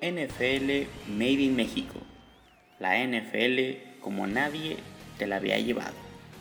NFL Made in México. La NFL como nadie te la había llevado.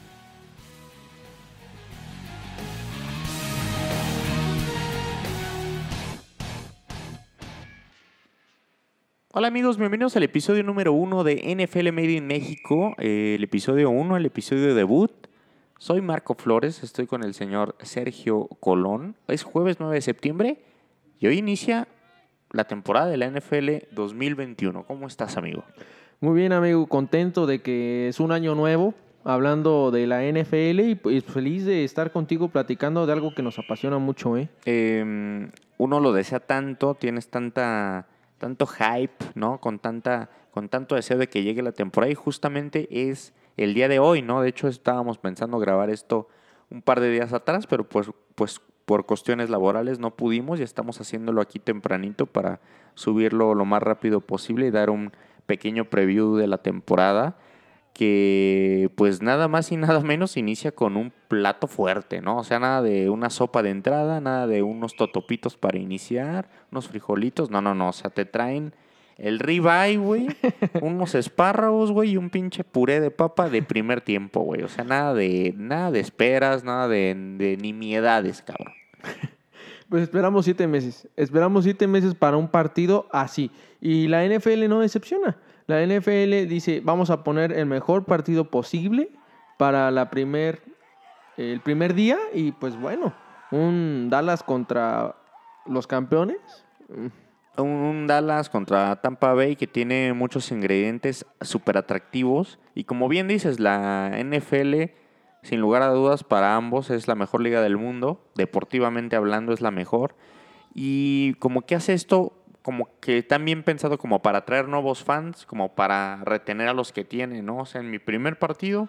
Hola amigos, bienvenidos al episodio número 1 de NFL Made in México, el episodio 1, el episodio debut. Soy Marco Flores, estoy con el señor Sergio Colón. Es jueves 9 de septiembre y hoy inicia la temporada de la NFL 2021. ¿Cómo estás, amigo? Muy bien, amigo, contento de que es un año nuevo, hablando de la NFL y pues feliz de estar contigo platicando de algo que nos apasiona mucho, ¿eh? Uno lo desea tanto, tienes tanto hype, ¿no? Con tanto deseo de que llegue la temporada y justamente es el día de hoy, ¿no? De hecho, estábamos pensando grabar esto un par de días atrás, pero pues por cuestiones laborales no pudimos y estamos haciéndolo aquí tempranito para subirlo lo más rápido posible y dar un pequeño preview de la temporada que pues nada más y nada menos inicia con un plato fuerte, ¿no? O sea, nada de una sopa de entrada, nada de unos totopitos para iniciar, unos frijolitos, no, o sea, te traen el ribeye, güey, unos espárragos, güey, y un pinche puré de papa de primer tiempo, güey. O sea, nada de esperas, nada de nimiedades, cabrón. Pues esperamos 7 meses para un partido así. Y la NFL no decepciona. La NFL dice, vamos a poner el mejor partido posible para el primer día y pues bueno, un Dallas contra los campeones. Un Dallas contra Tampa Bay que tiene muchos ingredientes súper atractivos. Y como bien dices, la NFL, sin lugar a dudas, para ambos es la mejor liga del mundo. Deportivamente hablando, es la mejor. Y como que hace esto, como que tan bien pensado como para atraer nuevos fans, como para retener a los que tiene, ¿no? O sea, en mi primer partido,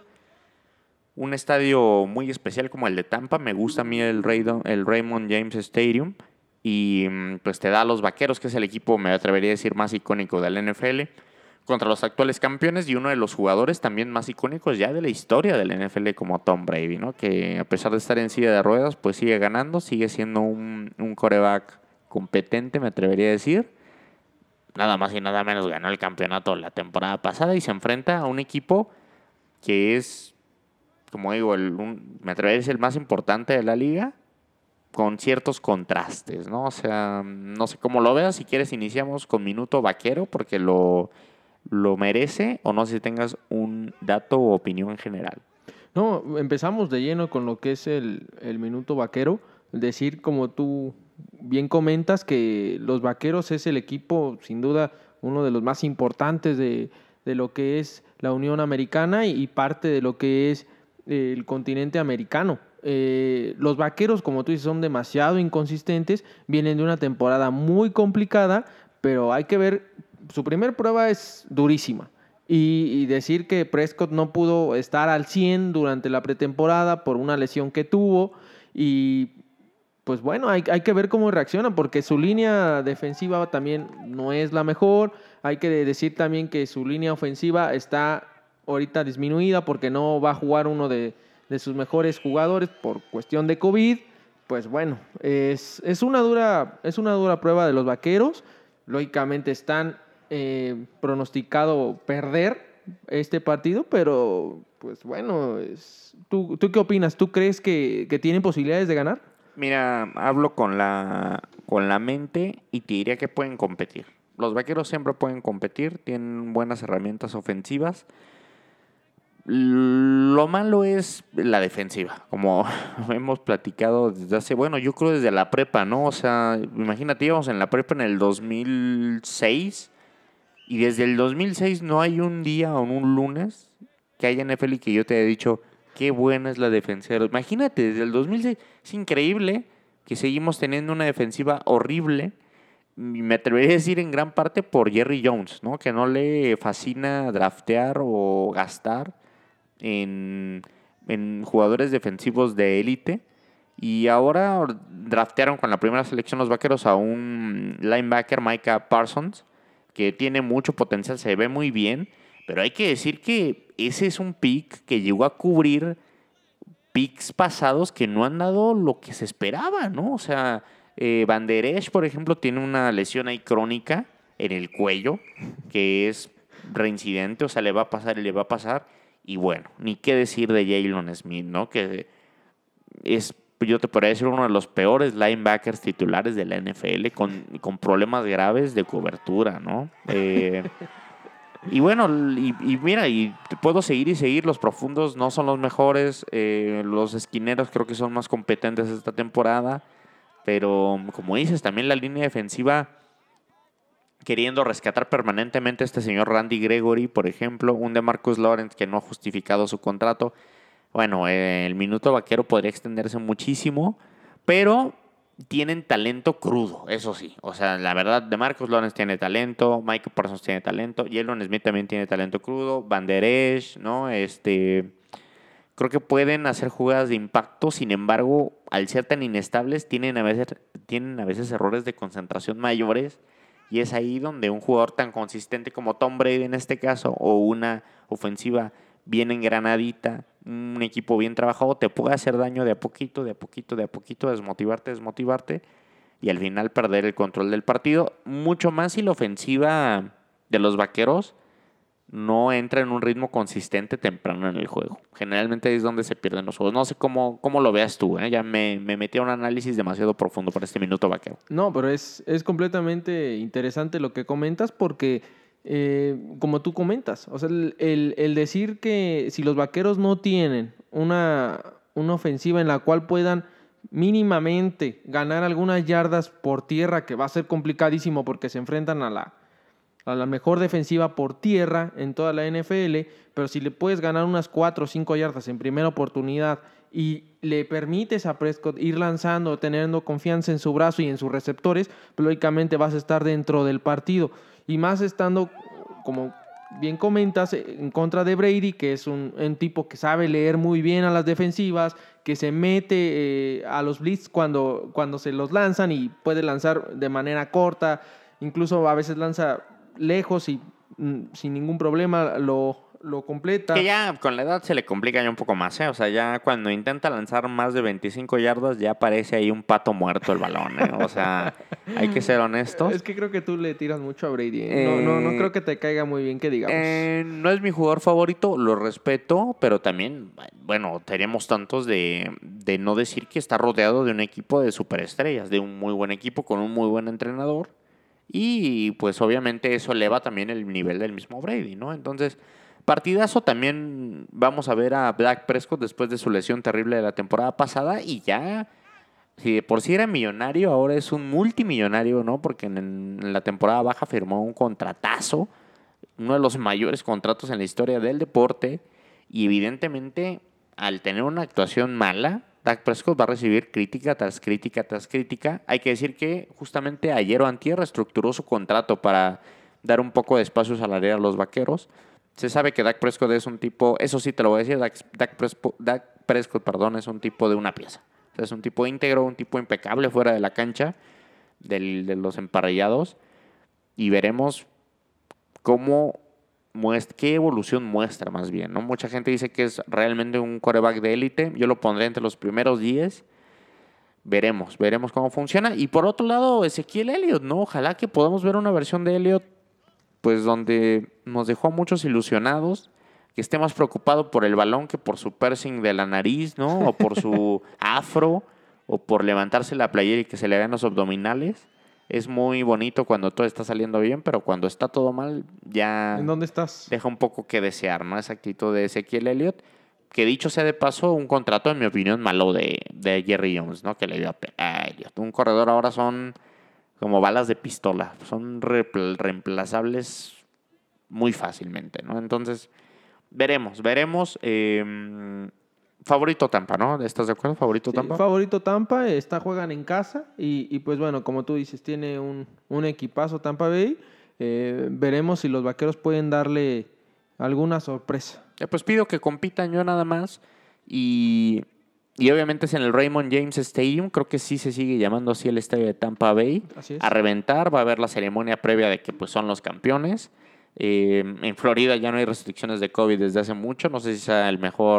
un estadio muy especial como el de Tampa. Me gusta a mí el Raymond James Stadium. Y pues te da a los Vaqueros, que es el equipo, me atrevería a decir, más icónico de la NFL, contra los actuales campeones y uno de los jugadores también más icónicos ya de la historia de la NFL como Tom Brady, ¿no? Que a pesar de estar en silla de ruedas, pues sigue ganando, sigue siendo un quarterback competente, me atrevería a decir. Nada más y nada menos ganó el campeonato la temporada pasada y se enfrenta a un equipo que es, como digo, me atrevería a decir el más importante de la liga, con ciertos contrastes, ¿no? O sea, no sé cómo lo veas. Si quieres, iniciamos con Minuto Vaquero porque lo merece, o no sé si tengas un dato o opinión en general. No, empezamos de lleno con lo que es el minuto vaquero. Decir, como tú bien comentas, que los Vaqueros es el equipo, sin duda, uno de los más importantes de lo que es la Unión Americana y parte de lo que es el continente americano. Los Vaqueros, como tú dices, son demasiado inconsistentes, vienen de una temporada muy complicada, pero hay que ver, su primer prueba es durísima. Y decir que Prescott no pudo estar al 100 durante la pretemporada por una lesión que tuvo. Y pues bueno, hay que ver cómo reacciona, porque su línea defensiva también no es la mejor. Hay que decir también que su línea ofensiva está ahorita disminuida porque no va a jugar uno de sus mejores jugadores por cuestión de COVID. Pues bueno, es una dura prueba de los Vaqueros. Lógicamente están pronosticado perder este partido, pero pues bueno, ¿tú qué opinas? ¿Tú crees que tienen posibilidades de ganar? Mira, hablo con la mente y te diría que pueden competir. Los Vaqueros siempre pueden competir, tienen buenas herramientas ofensivas. Lo malo es la defensiva, como hemos platicado desde hace, bueno, yo creo desde la prepa, ¿no? O sea, imagínate, íbamos en la prepa en el 2006 y desde el 2006 no hay un día o un lunes que haya NFL y que yo te haya dicho qué buena es la defensiva. Imagínate, desde el 2006 es increíble que seguimos teniendo una defensiva horrible. Y me atrevería a decir en gran parte por Jerry Jones, ¿no? Que no le fascina draftear o gastar en, en jugadores defensivos de élite. Y ahora draftearon con la primera selección los Vaqueros a un linebacker, Micah Parsons, que tiene mucho potencial, se ve muy bien, pero hay que decir que ese es un pick que llegó a cubrir picks pasados que no han dado lo que se esperaba, ¿no? O sea, Van Der Esch, por ejemplo, tiene una lesión ahí crónica en el cuello, que es reincidente, o sea, le va a pasar y le va a pasar. Y bueno, ni qué decir de Jalen Smith, ¿no? Que es, yo te podría decir, uno de los peores linebackers titulares de la NFL con problemas graves de cobertura, ¿no? Y bueno, y mira, y puedo seguir y seguir. Los profundos no son los mejores. Los esquineros creo que son más competentes esta temporada. Pero como dices, también la línea defensiva queriendo rescatar permanentemente a este señor Randy Gregory, por ejemplo, un de Marcus Lawrence que no ha justificado su contrato. Bueno, el minuto vaquero podría extenderse muchísimo, pero tienen talento crudo, eso sí. O sea, la verdad, de Marcus Lawrence tiene talento, Michael Parsons tiene talento, Jalen Smith también tiene talento crudo, Van Der Esch, ¿no? Creo que pueden hacer jugadas de impacto, sin embargo, al ser tan inestables, tienen a veces errores de concentración mayores. Y es ahí donde un jugador tan consistente como Tom Brady en este caso, o una ofensiva bien engranadita, un equipo bien trabajado, te puede hacer daño de a poquito, de a poquito, de a poquito, desmotivarte, y al final perder el control del partido. Mucho más si la ofensiva de los Vaqueros no entra en un ritmo consistente temprano en el juego. Generalmente ahí es donde se pierden los juegos. No sé cómo lo veas tú, ¿eh? Ya me metí a un análisis demasiado profundo para este minuto vaquero. No, pero es completamente interesante lo que comentas porque, como tú comentas, o sea, el decir que si los Vaqueros no tienen una ofensiva en la cual puedan mínimamente ganar algunas yardas por tierra, que va a ser complicadísimo porque se enfrentan a la mejor defensiva por tierra en toda la NFL, pero si le puedes ganar unas 4 o 5 yardas en primera oportunidad y le permites a Prescott ir lanzando, teniendo confianza en su brazo y en sus receptores, pues lógicamente vas a estar dentro del partido. Y más estando, como bien comentas, en contra de Brady, que es un tipo que sabe leer muy bien a las defensivas, que se mete a los blitz cuando se los lanzan y puede lanzar de manera corta, incluso a veces lanza lejos y sin ningún problema lo completa. Que ya con la edad se le complica ya un poco más, ¿eh? O sea, ya cuando intenta lanzar más de 25 yardas ya parece ahí un pato muerto el balón, ¿eh? O sea, hay que ser honestos. Es que creo que tú le tiras mucho a Brady, ¿eh? No creo que te caiga muy bien que digamos. No es mi jugador favorito, lo respeto, pero también, bueno, tenemos tantos de no decir que está rodeado de un equipo de superestrellas, de un muy buen equipo con un muy buen entrenador. Y pues obviamente eso eleva también el nivel del mismo Brady, ¿no? Entonces, partidazo también vamos a ver a Dak Prescott después de su lesión terrible de la temporada pasada y ya, si de por sí era millonario, ahora es un multimillonario, ¿no? Porque en la temporada baja firmó un contratazo, uno de los mayores contratos en la historia del deporte y evidentemente al tener una actuación mala, Dak Prescott va a recibir crítica tras crítica tras crítica. Hay que decir que justamente ayer o antier reestructuró su contrato para dar un poco de espacio salarial a los Vaqueros. Se sabe que Dak Prescott es un tipo, eso sí te lo voy a decir, Dak Prescott, perdón, es un tipo de una pieza. O sea, es un tipo íntegro, un tipo impecable fuera de la cancha, de los emparrillados. Y veremos qué evolución muestra más bien, ¿no? Mucha gente dice que es realmente un quarterback de élite. Yo lo pondré entre los primeros 10. Veremos cómo funciona. Y por otro lado, Ezequiel Elliott, ¿no? Ojalá que podamos ver una versión de Elliott, pues donde nos dejó a muchos ilusionados, que esté más preocupado por el balón que por su piercing de la nariz, ¿no? O por su afro, o por levantarse la playera y que se le vean los abdominales. Es muy bonito cuando todo está saliendo bien, pero cuando está todo mal, ya ¿En dónde estás? deja un poco que desear, ¿no? Esa actitud de Ezequiel Elliott, que dicho sea de paso, un contrato, en mi opinión, malo de Jerry Jones, ¿no? Que le dio a Elliott. Un corredor ahora son como balas de pistola, son reemplazables muy fácilmente, ¿no? Entonces, veremos. Favorito Tampa, ¿no? ¿Estás de acuerdo? Favorito Sí, Tampa. favorito Tampa, juegan en casa y pues bueno, como tú dices, tiene un equipazo Tampa Bay. Veremos si los Vaqueros pueden darle alguna sorpresa. Pues pido que compitan yo nada más y obviamente es en el Raymond James Stadium, creo que sí se sigue llamando así el estadio de Tampa Bay. Así es. A reventar, va a haber la ceremonia previa de que pues son los campeones. En Florida ya no hay restricciones de COVID desde hace mucho, no sé si sea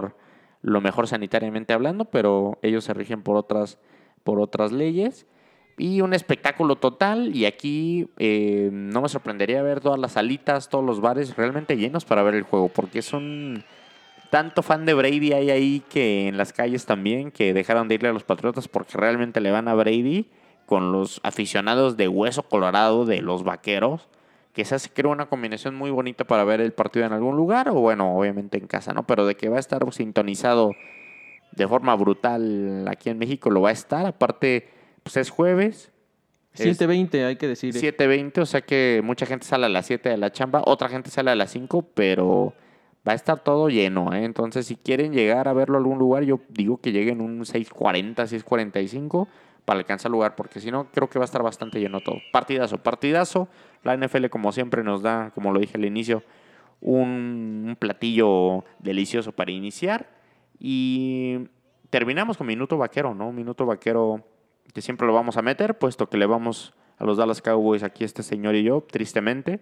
lo mejor sanitariamente hablando, pero ellos se rigen por otras leyes. Y un espectáculo total. Y aquí no me sorprendería ver todas las salitas, todos los bares realmente llenos para ver el juego. Porque es un tanto fan de Brady hay ahí que en las calles también, que dejaron de irle a los Patriotas porque realmente le van a Brady, con los aficionados de hueso colorado de los Vaqueros, que se hace, creo, una combinación muy bonita para ver el partido en algún lugar, o bueno, obviamente en casa, ¿no? Pero de que va a estar sintonizado de forma brutal aquí en México, lo va a estar. Aparte, pues es jueves. 7:20 hay que decir. 7:20, o sea que mucha gente sale a las 7 de la chamba, otra gente sale a las 5, pero va a estar todo lleno, ¿eh? Entonces, si quieren llegar a verlo a algún lugar, yo digo que lleguen un 6:40, 6:45 para alcanzar lugar, porque si no, creo que va a estar bastante lleno todo. Partidazo, partidazo. La NFL, como siempre, nos da, como lo dije al inicio, un platillo delicioso para iniciar. Y terminamos con Minuto Vaquero, ¿no? Un Minuto Vaquero que siempre lo vamos a meter, puesto que le vamos a los Dallas Cowboys aquí este señor y yo, tristemente.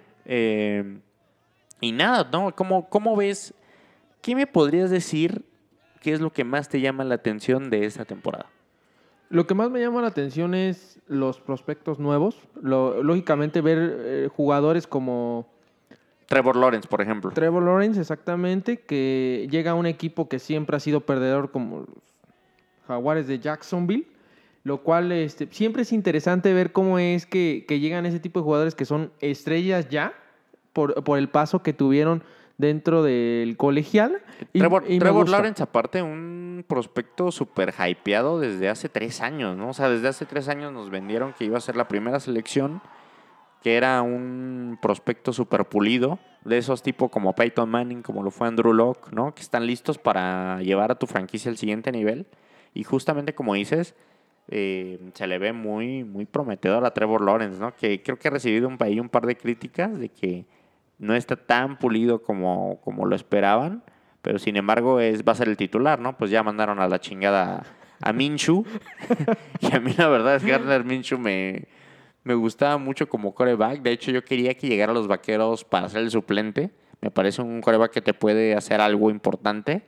Y nada, ¿no? ¿Cómo ves? ¿Qué me podrías decir? ¿Qué es lo que más te llama la atención de esta temporada? Lo que más me llama la atención es los prospectos nuevos. Lógicamente ver jugadores como Trevor Lawrence, por ejemplo. Trevor Lawrence, exactamente, que llega a un equipo que siempre ha sido perdedor como los Jaguares de Jacksonville, lo cual siempre es interesante ver cómo es que llegan ese tipo de jugadores que son estrellas ya por el paso que tuvieron dentro del colegial. Trevor Lawrence, aparte, un prospecto súper hypeado desde hace 3 años, ¿no? O sea, desde hace 3 años nos vendieron que iba a ser la primera selección, que era un prospecto súper pulido, de esos tipo como Peyton Manning, como lo fue Andrew Luck, ¿no? Que están listos para llevar a tu franquicia al siguiente nivel. Y justamente como dices, se le ve muy, muy prometedor a Trevor Lawrence, ¿no? Que creo que ha recibido un par de críticas de que no está tan pulido como lo esperaban, pero sin embargo va a ser el titular, ¿no? Pues ya mandaron a la chingada a Minshew. Y a mí la verdad es que Gardner Minshew me gustaba mucho como quarterback. De hecho, yo quería que llegara a los Vaqueros para ser el suplente. Me parece un quarterback que te puede hacer algo importante.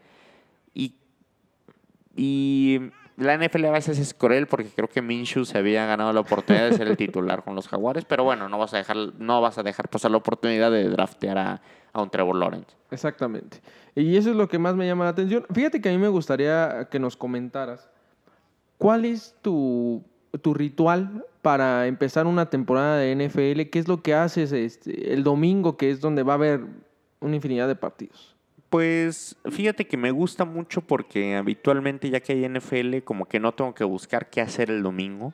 Y la NFL a veces es cruel porque creo que Minshew se había ganado la oportunidad de ser el titular con los Jaguares. Pero bueno, no vas a dejar pasar la oportunidad de draftear a un Trevor Lawrence. Exactamente. Y eso es lo que más me llama la atención. Fíjate que a mí me gustaría que nos comentaras cuál es tu ritual para empezar una temporada de NFL. ¿Qué es lo que haces el domingo, que es donde va a haber una infinidad de partidos? Pues fíjate que me gusta mucho porque habitualmente, ya que hay NFL, como que no tengo que buscar qué hacer el domingo.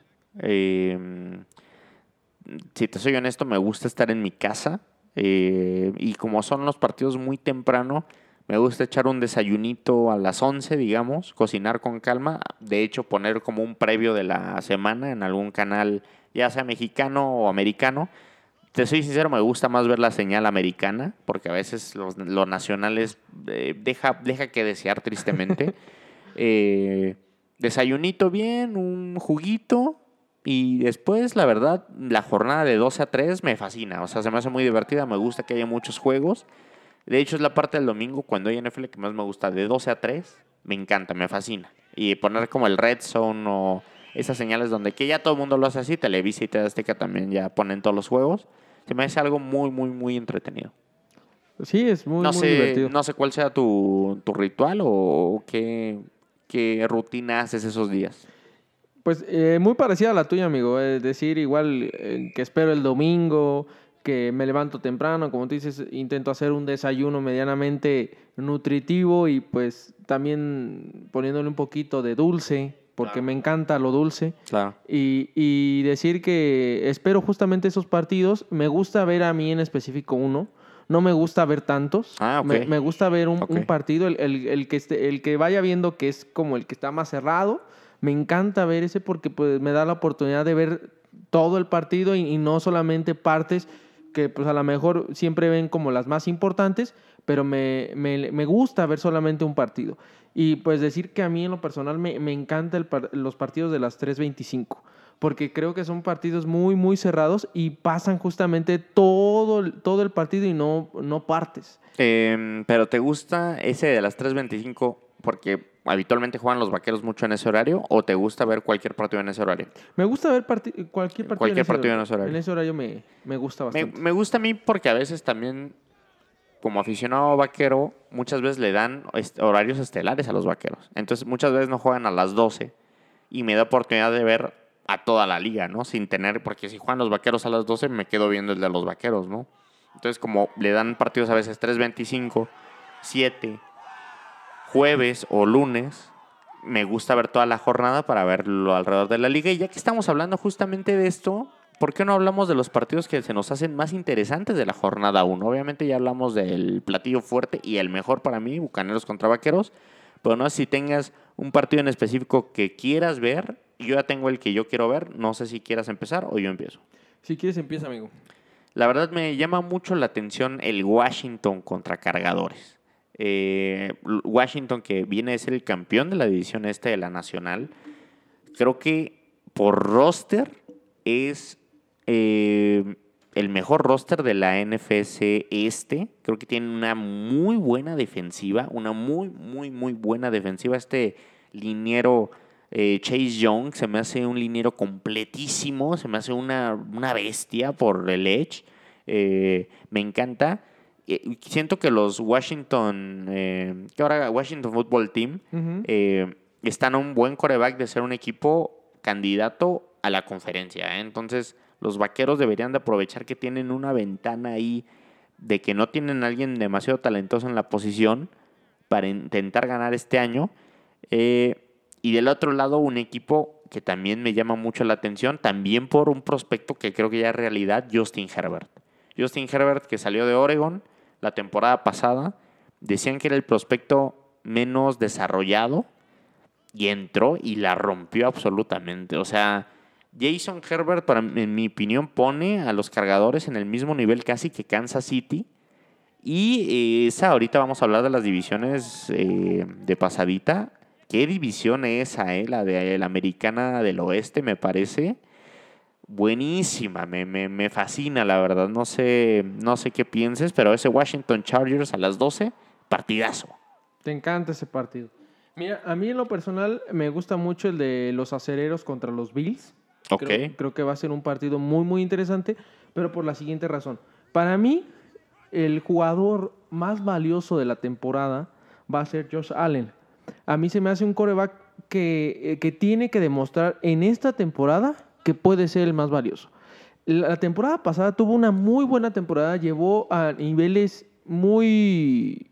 Si te soy honesto, me gusta estar en mi casa. Y como son los partidos muy temprano, me gusta echar un desayunito a las 11, digamos, cocinar con calma. De hecho, poner como un previo de la semana en algún canal, ya sea mexicano o americano. Te soy sincero, me gusta más ver la señal americana, porque a veces los nacionales deja que desear tristemente. Desayunito bien, un juguito, y después, la verdad, la jornada de 12 a 3 me fascina. O sea, se me hace muy divertida, me gusta que haya muchos juegos. De hecho, es la parte del domingo, cuando hay NFL, que más me gusta. De 12 a 3, me encanta, me fascina. Y poner como el Red Zone o esas señales donde que ya todo el mundo lo hace así, Televisa y TV Azteca también ya ponen todos los juegos. Se me hace algo muy, muy, muy entretenido. Sí, es muy divertido. No sé cuál sea tu ritual o qué rutina haces esos días. Pues muy parecida a la tuya, amigo. Es decir, igual que espero el domingo, que me levanto temprano, como tú dices, intento hacer un desayuno medianamente nutritivo y pues también poniéndole un poquito de dulce, porque Claro. me encanta lo dulce. Claro. Y decir que espero justamente esos partidos. Me gusta ver a mí en específico uno. No me gusta ver tantos. Ah, ok. Me gusta ver un Ok. partido, el que vaya viendo que es como el que está más cerrado. Me encanta ver ese porque pues, me da la oportunidad de ver todo el partido y no solamente partes que pues, a lo mejor siempre ven como las más importantes, pero me gusta ver solamente un partido. Y pues decir que a mí en lo personal me encantan los partidos de las 3:25, porque creo que son partidos muy, muy cerrados y pasan justamente todo el partido y no partes. Pero ¿te gusta ese de las 3:25? Porque habitualmente juegan los Vaqueros mucho en ese horario o te gusta ver cualquier partido en ese horario? Me gusta ver cualquier partido, Cualquier partido en ese horario. En ese horario me gusta bastante. Me gusta a mí porque a veces también, como aficionado vaquero, muchas veces le dan horarios estelares a los Vaqueros. Entonces, muchas veces no juegan a las 12 y me da oportunidad de ver a toda la liga, ¿no? Sin tener, porque si juegan los Vaqueros a las 12, me quedo viendo el de los Vaqueros, ¿no? Entonces, como le dan partidos a veces 3:25, 7, jueves o lunes, me gusta ver toda la jornada para verlo alrededor de la liga. Y ya que estamos hablando justamente de esto, ¿por qué no hablamos de los partidos que se nos hacen más interesantes de la jornada 1? Obviamente ya hablamos del platillo fuerte y el mejor para mí, Bucaneros contra Vaqueros, pero no sé si tengas un partido en específico que quieras ver. Yo ya tengo el que yo quiero ver, no sé si quieras empezar o yo empiezo. Si quieres, empieza, amigo. La verdad me llama mucho la atención el Washington contra Cargadores. Washington, que viene a ser el campeón de la división de la Nacional, creo que por roster es el mejor roster de la NFC este. Creo que tiene una muy buena defensiva, una muy buena defensiva. Liniero Chase Young se me hace un liniero completísimo, se me hace una bestia por el edge. Me encanta. Siento que los Washington Football Team están a un buen quarterback de ser un equipo candidato a la conferencia. Entonces, los Vaqueros deberían de aprovechar que tienen una ventana ahí de que no tienen a alguien demasiado talentoso en la posición para intentar ganar este año. Y del otro lado, un equipo que también me llama mucho la atención, también por un prospecto que creo que ya es realidad, Justin Herbert. Justin Herbert, que salió de Oregon la temporada pasada, decían que era el prospecto menos desarrollado y entró y la rompió absolutamente. O sea, Jason Herbert, en mi opinión, pone a los Cargadores en el mismo nivel casi que Kansas City. Y ahorita vamos a hablar de las divisiones de pasadita. ¿Qué división es esa, la de la Americana del Oeste, me parece? Buenísima, me fascina, la verdad. No sé qué pienses, pero ese Washington Chargers a las 12, partidazo. Te encanta ese partido. Mira, a mí en lo personal me gusta mucho el de los Acereros contra los Bills. Ok. Creo que va a ser un partido muy interesante, pero por la siguiente razón. Para mí, el jugador más valioso de la temporada va a ser Josh Allen. A mí se me hace un quarterback que tiene que demostrar en esta temporada que puede ser el más valioso. La temporada pasada tuvo una muy buena temporada, llevó a niveles muy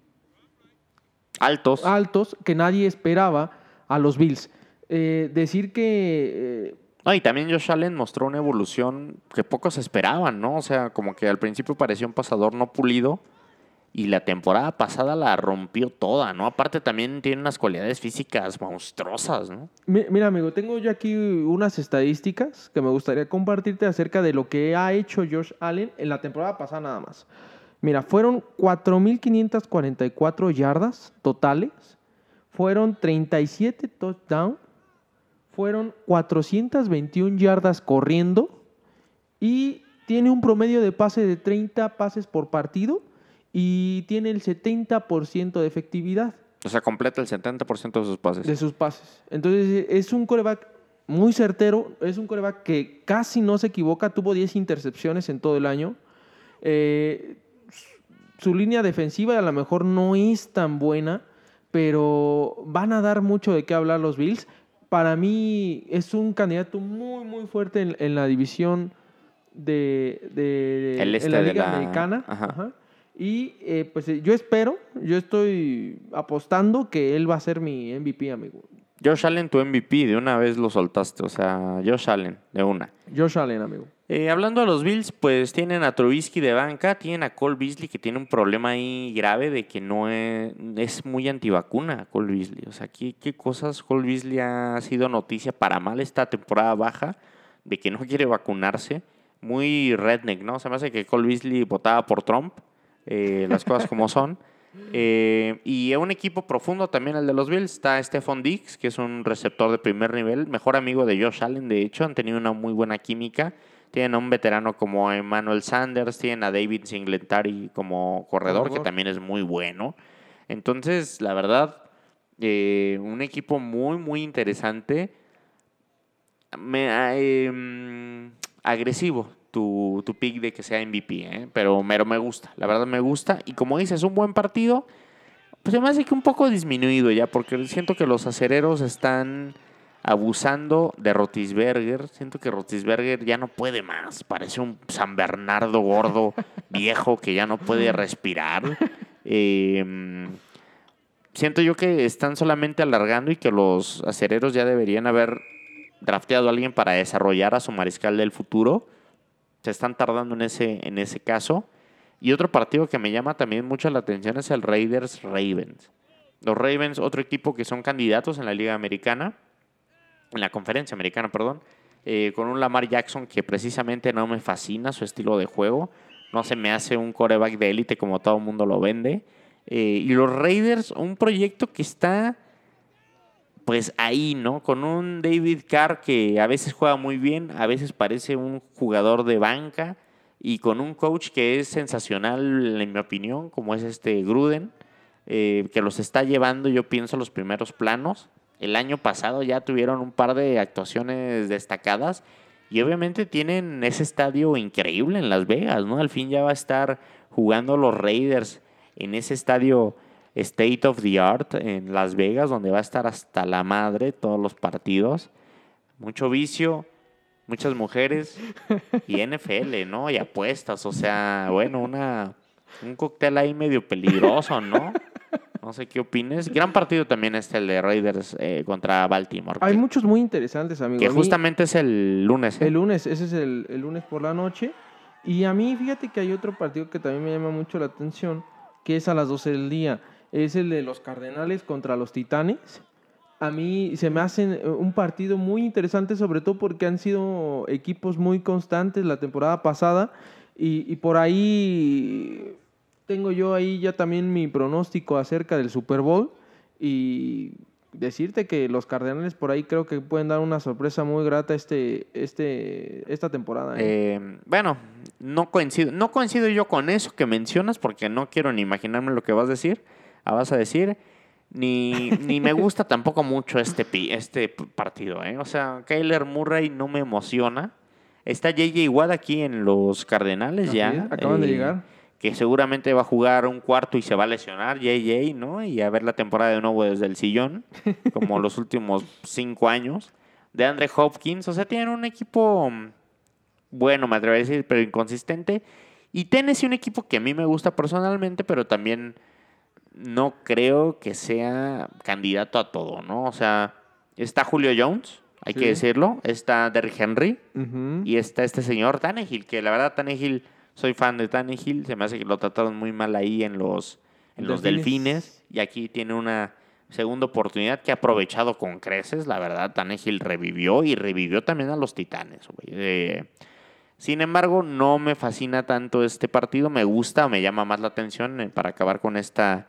altos que nadie esperaba a los Bills. Decir que... No, y también Josh Allen mostró una evolución que pocos esperaban, ¿no? O sea, como que al principio parecía un pasador no pulido y la temporada pasada la rompió toda, ¿no? Aparte también tiene unas cualidades físicas monstruosas, ¿no? Mira, amigo, tengo yo aquí unas estadísticas que me gustaría compartirte acerca de lo que ha hecho Josh Allen en la temporada pasada nada más. Mira, fueron 4,544 yardas totales, fueron 37 touchdowns, fueron 421 yardas corriendo y tiene un promedio de pase de 30 pases por partido y tiene el 70% de efectividad. O sea, completa el 70% de sus pases. De sus pases. Entonces, es un quarterback muy certero, es un quarterback que casi no se equivoca, tuvo 10 intercepciones en todo el año. Su línea defensiva a lo mejor no es tan buena, pero van a dar mucho de qué hablar los Bills. Para mí es un candidato muy fuerte en la división El en la Liga Americana. Ajá. Y pues yo estoy apostando que él va a ser mi MVP, amigo. Josh Allen, tu MVP, de una vez lo soltaste. O sea, Josh Allen, de una. Josh Allen, amigo. Hablando de los Bills, pues tienen a Trubisky de banca, tienen a Cole Beasley, que tiene un problema ahí grave de que no es muy antivacuna Cole Beasley. O sea, ¿qué cosas? Cole Beasley ha sido noticia para mal esta temporada baja, de que no quiere vacunarse. Muy redneck, ¿no? Se me hace que Cole Beasley votaba por Trump, las cosas como son. Y un equipo profundo también el de los Bills. Está Stephon Diggs, que es un receptor de primer nivel, mejor amigo de Josh Allen, de hecho. Han tenido una muy buena química. Tienen a un veterano como Emmanuel Sanders, tienen a David Singletary como corredor, que también es muy bueno. Entonces, la verdad, Un equipo muy, muy interesante. Agresivo tu pick de que sea MVP, pero me gusta, la verdad me gusta. Y como dices, un buen partido, pues se me hace que un poco disminuido ya, porque siento que los acereros están abusando de Rotisberger. Siento que Rotisberger ya no puede más, parece un San Bernardo gordo, viejo, que ya no puede respirar. Siento yo que están solamente alargando y que los acereros ya deberían haber drafteado a alguien para desarrollar a su mariscal del futuro. Se están tardando en ese caso. Y otro partido que me llama también mucho la atención es el Raiders-Ravens. Los Ravens, otro equipo que son candidatos en la Liga Americana, en la Conferencia Americana, perdón, con un Lamar Jackson que precisamente no me fascina su estilo de juego. No se me hace un quarterback de élite como todo el mundo lo vende. Y los Raiders, un proyecto que está pues ahí, ¿no? Con un David Carr que a veces juega muy bien, a veces parece un jugador de banca y con un coach que es sensacional, en mi opinión, como es este Gruden, que los está llevando, yo pienso, a los primeros planos. El año pasado ya tuvieron un par de actuaciones destacadas y obviamente tienen ese estadio increíble en Las Vegas, ¿no? Al fin ya va a estar jugando los Raiders en ese estadio State of the Art en Las Vegas, donde va a estar hasta la madre todos los partidos. Mucho vicio, muchas mujeres y NFL, ¿no? Y apuestas, o sea, bueno, un cóctel ahí medio peligroso, ¿no? No sé qué opines. Gran partido también el de Raiders contra Baltimore. Hay muchos muy interesantes, amigo. Que justamente es el lunes. El lunes, ese es el lunes por la noche. Y a mí, fíjate que hay otro partido que también me llama mucho la atención, que es a las 12 del día. Es el de los Cardenales contra los Titanes. A mí se me hace un partido muy interesante, sobre todo porque han sido equipos muy constantes la temporada pasada. Y por ahí tengo yo ahí ya también mi pronóstico acerca del Super Bowl. Y decirte que los Cardenales por ahí creo que pueden dar una sorpresa muy grata esta temporada. Bueno, no coincido yo con eso que mencionas porque no quiero ni imaginarme lo que vas a decir, ni me gusta tampoco mucho este partido, ¿eh? O sea, Kyler Murray no me emociona. Está J.J. Watt aquí en los Cardenales Así ya. es, acaban de llegar. Que seguramente va a jugar un cuarto y se va a lesionar J.J., ¿no? Y a ver la temporada de nuevo desde el sillón, como los últimos 5 años. De Andre Hopkins, o sea, tienen un equipo bueno, me atrevería a decir, pero inconsistente. Y Tennessee, un equipo que a mí me gusta personalmente, pero también no creo que sea candidato a todo, ¿no? O sea, está Julio Jones, hay que decirlo, está Derrick Henry y está este señor Tannehill, que la verdad Tannehill, soy fan de Tannehill, se me hace que lo trataron muy mal ahí en los Delfines y aquí tiene una segunda oportunidad que ha aprovechado con creces, la verdad Tannehill revivió también a los Titanes, güey. Sin embargo, no me fascina tanto este partido, me gusta, me llama más la atención para acabar con esta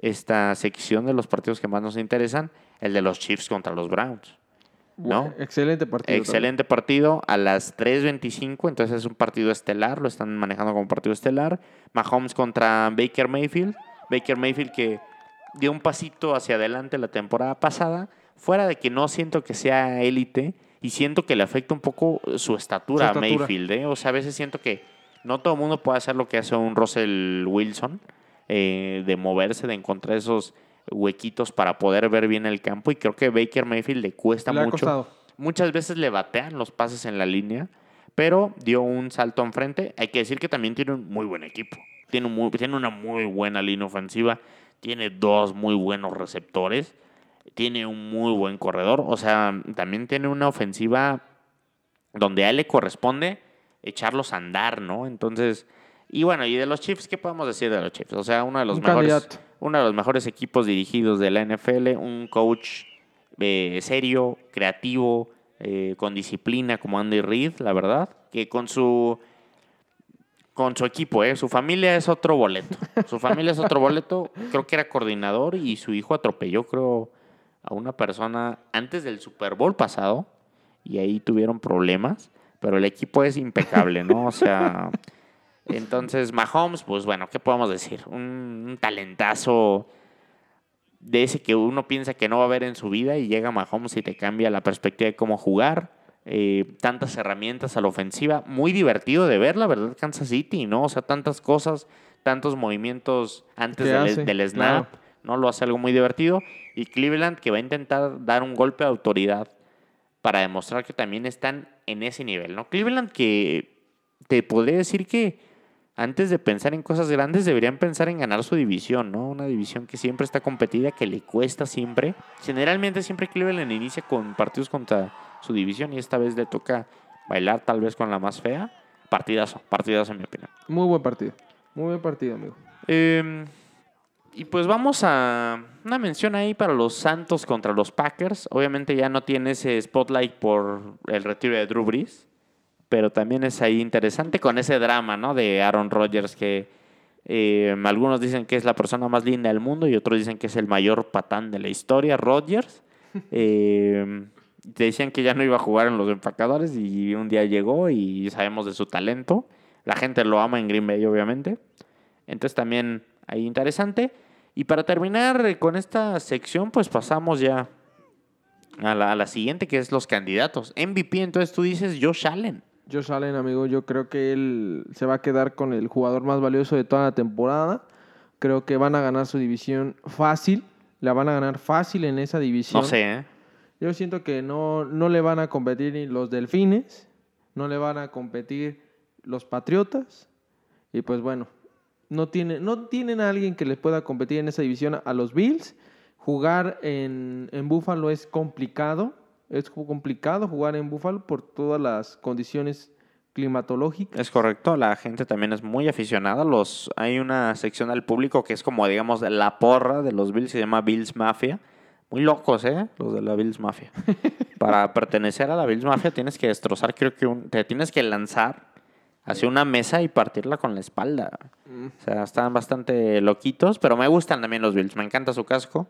sección de los partidos que más nos interesan, el de los Chiefs contra los Browns, ¿no? Excelente partido. Excelente partido a las 3:25, entonces es un partido estelar, lo están manejando como partido estelar. Mahomes contra Baker Mayfield. Baker Mayfield que dio un pasito hacia adelante la temporada pasada, fuera de que no siento que sea élite y siento que le afecta un poco su estatura a Mayfield, ¿eh? O sea, a veces siento que no todo el mundo puede hacer lo que hace un Russell Wilson, de moverse, de encontrar esos huequitos para poder ver bien el campo. Y creo que Baker Mayfield le cuesta mucho. Costado. Muchas veces le batean los pases en la línea, pero dio un salto enfrente. Hay que decir que también tiene un muy buen equipo. Tiene una muy buena línea ofensiva. Tiene 2 muy buenos receptores. Tiene un muy buen corredor. O sea, también tiene una ofensiva donde a él le corresponde echarlos a andar, ¿no? Entonces, y bueno, y de los Chiefs, ¿qué podemos decir de los Chiefs? O sea, uno de los mejores equipos dirigidos de la NFL, un coach serio, creativo, con disciplina como Andy Reid, la verdad, que con su equipo, su familia es otro boleto. Creo que era coordinador y su hijo atropelló, creo, a una persona antes del Super Bowl pasado y ahí tuvieron problemas, pero el equipo es impecable, ¿no? O sea, entonces Mahomes, pues bueno, ¿qué podemos decir? Un talentazo de ese que uno piensa que no va a ver en su vida y llega Mahomes y te cambia la perspectiva de cómo jugar. Tantas herramientas a la ofensiva. Muy divertido de ver, la verdad, Kansas City, ¿no? O sea, tantas cosas, tantos movimientos antes del snap, claro. ¿no? Lo hace algo muy divertido. Y Cleveland que va a intentar dar un golpe de autoridad para demostrar que también están en ese nivel, ¿no? Cleveland que te podría decir que antes de pensar en cosas grandes deberían pensar en ganar su división, ¿no? Una división que siempre está competida, que le cuesta siempre. Generalmente siempre Cleveland inicia con partidos contra su división y esta vez le toca bailar tal vez con la más fea. Partidazo en mi opinión. Muy buen partido, amigo. Y pues vamos a una mención ahí para los Santos contra los Packers. Obviamente ya no tiene ese spotlight por el retiro de Drew Brees, pero también es ahí interesante con ese drama, ¿no? De Aaron Rodgers que algunos dicen que es la persona más linda del mundo y otros dicen que es el mayor patán de la historia, Rodgers. Decían que ya no iba a jugar en los empacadores y un día llegó y sabemos de su talento. La gente lo ama en Green Bay, obviamente. Entonces también ahí interesante. Y para terminar con esta sección, pues pasamos ya a la siguiente, que es los candidatos. MVP, entonces tú dices Josh Allen. Josh Allen, amigo, yo creo que él se va a quedar con el jugador más valioso de toda la temporada. Creo que van a ganar su división fácil. La van a ganar fácil en esa división. No sé, ¿eh? Yo siento que no le van a competir ni los Delfines, no le van a competir los Patriotas. Y pues bueno, no tienen a alguien que les pueda competir en esa división a los Bills. Jugar en Buffalo es complicado. Es complicado jugar en Buffalo por todas las condiciones climatológicas. Es correcto, la gente también es muy aficionada. Hay una sección del público que es como, digamos, la porra de los Bills, se llama Bills Mafia. Muy locos, los de la Bills Mafia. Para pertenecer a la Bills Mafia tienes que destrozar, creo que te tienes que lanzar hacia una mesa y partirla con la espalda. O sea, están bastante loquitos, pero me gustan también los Bills. Me encanta su casco.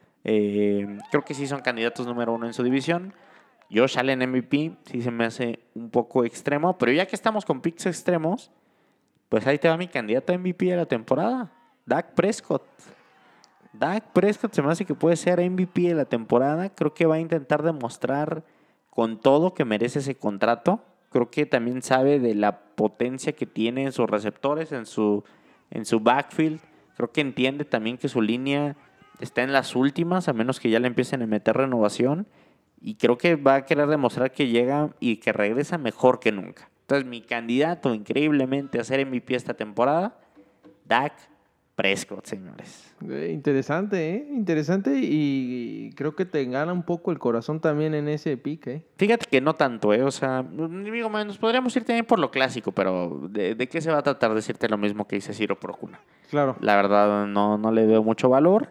Creo que sí son candidatos número 1 en su división. Josh Allen MVP sí se me hace un poco extremo, pero ya que estamos con picks extremos, pues ahí te va mi candidato a MVP de la temporada, Dak Prescott. Dak Prescott se me hace que puede ser MVP de la temporada. Creo que va a intentar demostrar con todo que merece ese contrato. Creo que también sabe de la potencia que tiene en sus receptores, en su backfield. Creo que entiende también que su línea está en las últimas, a menos que ya le empiecen a meter renovación. Y creo que va a querer demostrar que llega y que regresa mejor que nunca. Entonces, mi candidato increíblemente a ser MVP esta temporada, Dak Prescott, señores. Interesante, ¿eh? Interesante y creo que te gana un poco el corazón también en ese pick, ¿eh? Fíjate que no tanto, ¿eh? O sea, digo, nos podríamos ir también por lo clásico, pero ¿de qué se va a tratar? Decirte lo mismo que dice Ciro Procuna. Claro. La verdad, no le veo mucho valor.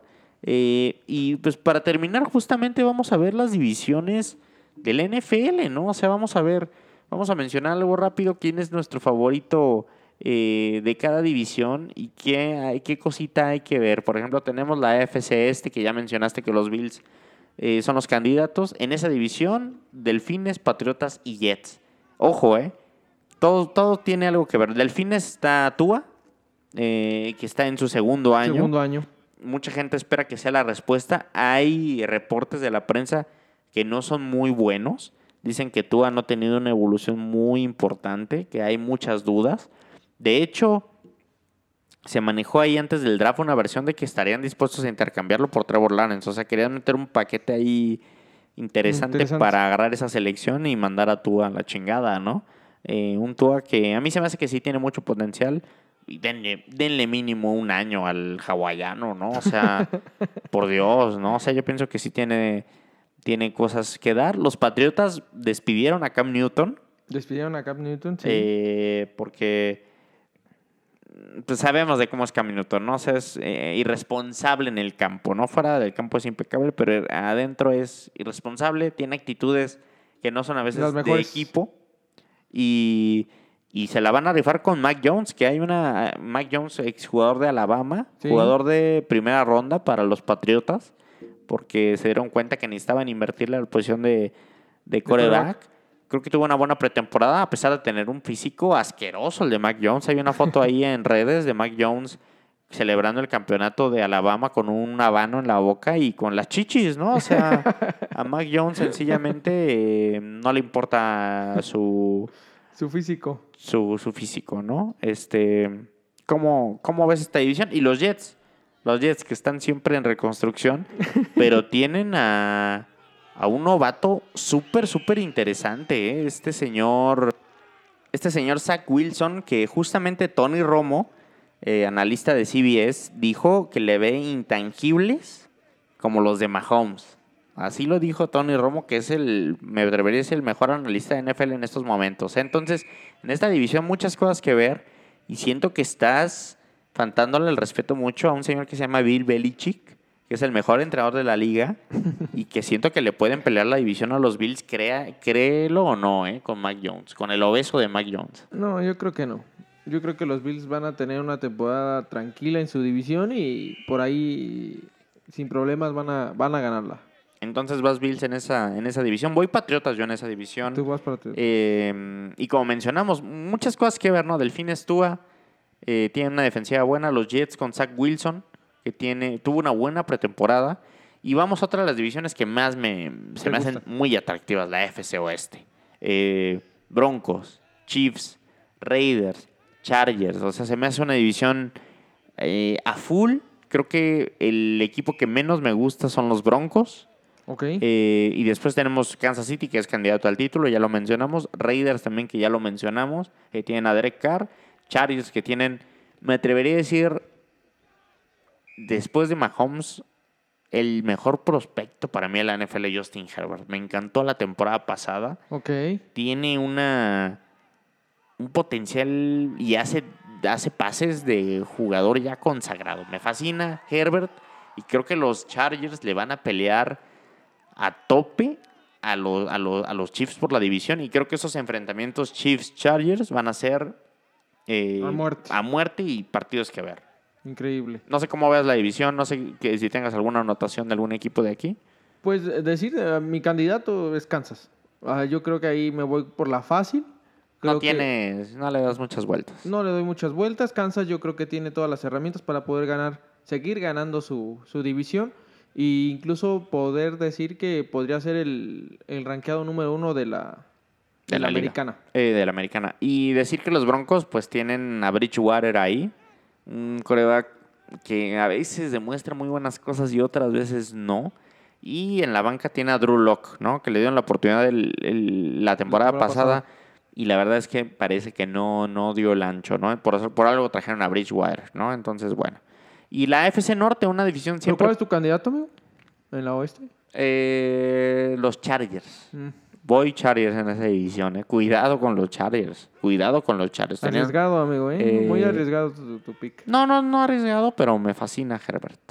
Y pues para terminar, justamente vamos a ver las divisiones del NFL, ¿no? O sea, vamos a mencionar algo rápido, quién es nuestro favorito de cada división y qué cosita hay que ver. Por ejemplo, tenemos la AFC que ya mencionaste que los Bills son los candidatos. En esa división, Delfines, Patriotas y Jets. Ojo, todo tiene algo que ver. Delfines está Tua, que está en su segundo año. Mucha gente espera que sea la respuesta. Hay reportes de la prensa que no son muy buenos. Dicen que Tua no ha tenido una evolución muy importante, que hay muchas dudas. De hecho, se manejó ahí antes del draft una versión de que estarían dispuestos a intercambiarlo por Trevor Lawrence. O sea, querían meter un paquete ahí interesante para agarrar esa selección y mandar a Tua a la chingada, ¿no? Un Tua que a mí se me hace que sí tiene mucho potencial. Y denle mínimo un año al hawaiano, ¿no? O sea, por Dios, ¿no? O sea, yo pienso que sí tiene cosas que dar. Los Patriotas despidieron a Cam Newton. Sí. Porque pues sabemos de cómo es Cam Newton, ¿no? O sea, es irresponsable en el campo, ¿no? Fuera del campo es impecable, pero adentro es irresponsable, tiene actitudes que no son a veces de equipo. Y se la van a rifar con Mac Jones, que hay Mac Jones, exjugador de Alabama, sí, jugador de primera ronda para los Patriotas, porque se dieron cuenta que necesitaban invertirle a la posición de quarterback. Creo que tuvo una buena pretemporada, a pesar de tener un físico asqueroso el de Mac Jones. Hay una foto ahí en redes de Mac Jones celebrando el campeonato de Alabama con un habano en la boca y con las chichis, ¿no? O sea, a Mac Jones sencillamente no le importa su físico. su físico, ¿no? ¿Cómo ves esta división? Y los Jets que están siempre en reconstrucción, pero tienen a un novato súper, súper interesante, ¿eh? Este señor Zach Wilson, que justamente Tony Romo, analista de CBS, dijo que le ve intangibles como los de Mahomes. Así lo dijo Tony Romo, que me atrevería a decir el mejor analista de NFL en estos momentos. Entonces, en esta división muchas cosas que ver y siento que estás faltándole el respeto mucho a un señor que se llama Bill Belichick, que es el mejor entrenador de la liga y que siento que le pueden pelear la división a los Bills, créelo o no, con Mac Jones, con el obeso de Mac Jones. No, yo creo que no. Yo creo que los Bills van a tener una temporada tranquila en su división y por ahí sin problemas van a ganarla. Entonces vas Bills en esa división. Voy Patriotas yo en esa división. Tú vas Patriotas. Y como mencionamos, muchas cosas que ver, ¿no? Delfines Tua tiene una defensiva buena. Los Jets con Zach Wilson, que tuvo una buena pretemporada. Y vamos a otra de las divisiones que más se me hacen muy atractivas, la AFC Oeste. Broncos, Chiefs, Raiders, Chargers. O sea, se me hace una división a full. Creo que el equipo que menos me gusta son los Broncos. Okay. Y después tenemos Kansas City, que es candidato al título, ya lo mencionamos. Raiders también, que ya lo mencionamos. Tienen a Derek Carr. Chargers, que tienen, me atrevería a decir, después de Mahomes, el mejor prospecto para mí en la NFL, Justin Herbert. Me encantó la temporada pasada. Okay. Tiene un potencial y hace pases de jugador ya consagrado. Me fascina Herbert y creo que los Chargers le van a pelear a tope a los Chiefs por la división y creo que esos enfrentamientos Chiefs-Chargers van a ser a muerte y partidos que ver. Increíble. No sé cómo veas la división, no sé si tengas alguna anotación de algún equipo de aquí. Pues mi candidato es Kansas. Yo creo que ahí me voy por la fácil. No le das muchas vueltas. No le doy muchas vueltas. Kansas yo creo que tiene todas las herramientas para poder seguir ganando su división e incluso poder decir que podría ser el rankeado número 1 de la americana. De la americana. Y decir que los Broncos pues tienen a Bridgewater ahí, un quarterback que a veces demuestra muy buenas cosas y otras veces no. Y en la banca tiene a Drew Lock, ¿no? Que le dieron la oportunidad la temporada pasada. Y la verdad es que parece que no dio el ancho, ¿no? Por algo trajeron a Bridgewater, ¿no? Entonces, bueno. Y la AFC Norte, una división siempre... ¿Cuál es tu candidato, amigo? ¿En la oeste? Los Chargers. Voy Chargers en esa división, Cuidado con los Chargers. Arriesgado, amigo, muy arriesgado tu pick. No arriesgado, pero me fascina Herbert.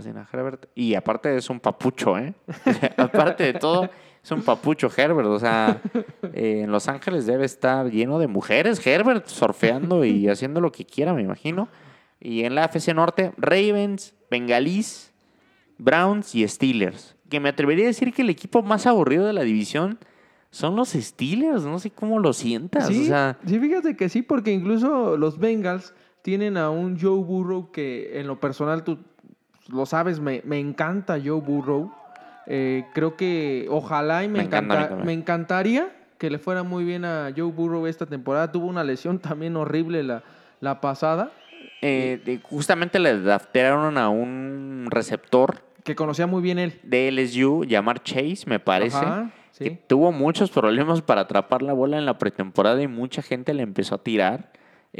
Y aparte es un papucho, aparte de todo, es un papucho Herbert. O sea, en Los Ángeles debe estar lleno de mujeres Herbert, surfeando y haciendo lo que quiera, me imagino. Y en la AFC Norte, Ravens, Bengalís, Browns y Steelers. Que me atrevería a decir que el equipo más aburrido de la división son los Steelers. No sé cómo lo sientas. Sí, o sea, sí, fíjate que sí, porque incluso los Bengals tienen a un Joe Burrow que en lo personal tú lo sabes, me encanta Joe Burrow. Creo que ojalá y me encantaría que le fuera muy bien a Joe Burrow esta temporada. Tuvo una lesión también horrible la pasada. Justamente le draftearon a un receptor que conocía muy bien él. De LSU, Ja'Marr Chase, me parece. Ajá, sí. Que tuvo muchos problemas para atrapar la bola en la pretemporada y mucha gente le empezó a tirar.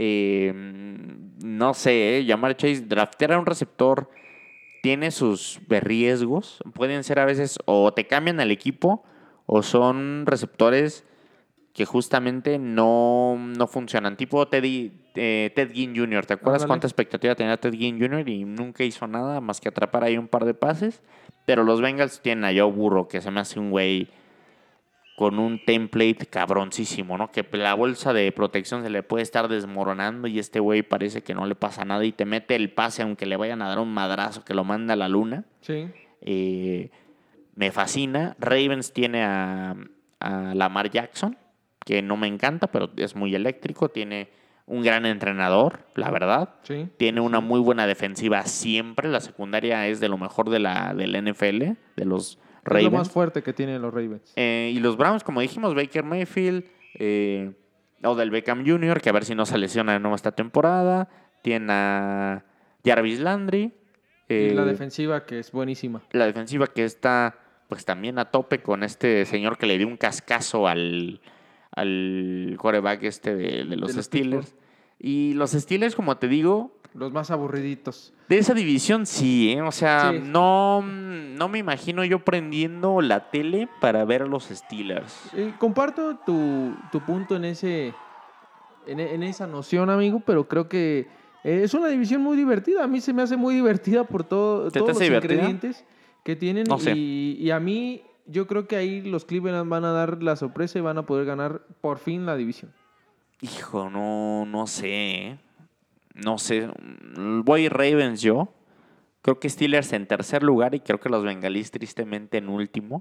No sé, Ja'Marr Chase, draftear a un receptor tiene sus riesgos. Pueden ser a veces o te cambian al equipo o son receptores que justamente no funcionan. Tipo Ted Ginn Jr. ¿Te acuerdas cuánta expectativa tenía Ted Ginn Jr. y nunca hizo nada más que atrapar ahí un par de pases? Pero los Bengals tienen a Joe Burrow, que se me hace un güey con un template cabroncísimo, ¿no? Que la bolsa de protección se le puede estar desmoronando y este güey parece que no le pasa nada y te mete el pase aunque le vayan a dar un madrazo que lo manda a la luna. Sí. Me fascina. Ravens tiene a Lamar Jackson, que no me encanta, pero es muy eléctrico. Tiene un gran entrenador, la verdad. Sí. Tiene una muy buena defensiva siempre. La secundaria es de lo mejor de la NFL, de los Es lo más Ravens. fuerte que tienen los Ravens. Y los Browns, como dijimos, Baker Mayfield, Odell Beckham Jr., que a ver si no se lesiona de nuevo esta temporada. Tiene a Jarvis Landry. Y la defensiva, que es buenísima. La defensiva que está pues también a tope con este señor que le dio un cascazo al quarterback de los Steelers. Pittsburgh. Y los Steelers, como te digo, Los más aburriditos. de esa división sí, ¿eh? O sea, Sí. no me imagino yo prendiendo la tele para ver a los Steelers. Comparto tu punto en esa noción, amigo, pero creo que es una división muy divertida. A mí se me hace muy divertida por todos te los hace divertida? ingredientes que tienen. No sé. Y a mí, yo creo que ahí los Cleveland van a dar la sorpresa y van a poder ganar por fin la división. Hijo, no sé, ¿eh? No sé. Voy Ravens yo. Creo que Steelers en tercer lugar y creo que los Bengalís tristemente en último.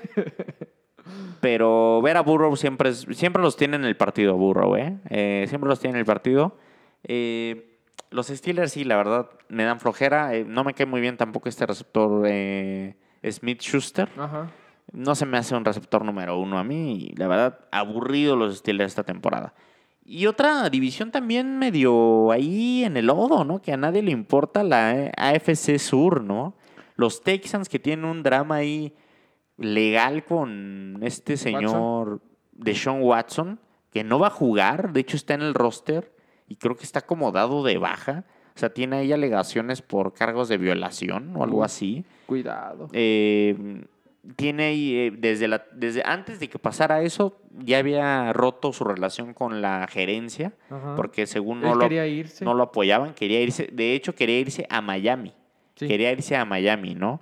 Pero ver a Burrow siempre los tiene en el partido, Burrow, ¿eh? Siempre los tiene en el partido. Los Steelers sí, la verdad, me dan flojera. No me cae muy bien tampoco este receptor Smith-Schuster. Ajá. No se me hace un receptor número 1 a mí. Y la verdad, aburrido los Steelers esta temporada. Y otra división también medio ahí en el lodo, ¿no? Que a nadie le importa, la AFC Sur, ¿no? Los Texans que tienen un drama ahí legal con este señor Deshaun Watson, que no va a jugar, de hecho está en el roster y creo que está acomodado de baja. O sea, tiene ahí alegaciones por cargos de violación o algo así. Cuidado. Tiene ahí, desde antes de que pasara eso, ya había roto su relación con la gerencia, Ajá. porque según Él quería irse. no lo apoyaban, quería irse, de hecho quería irse a Miami, Sí. ¿no?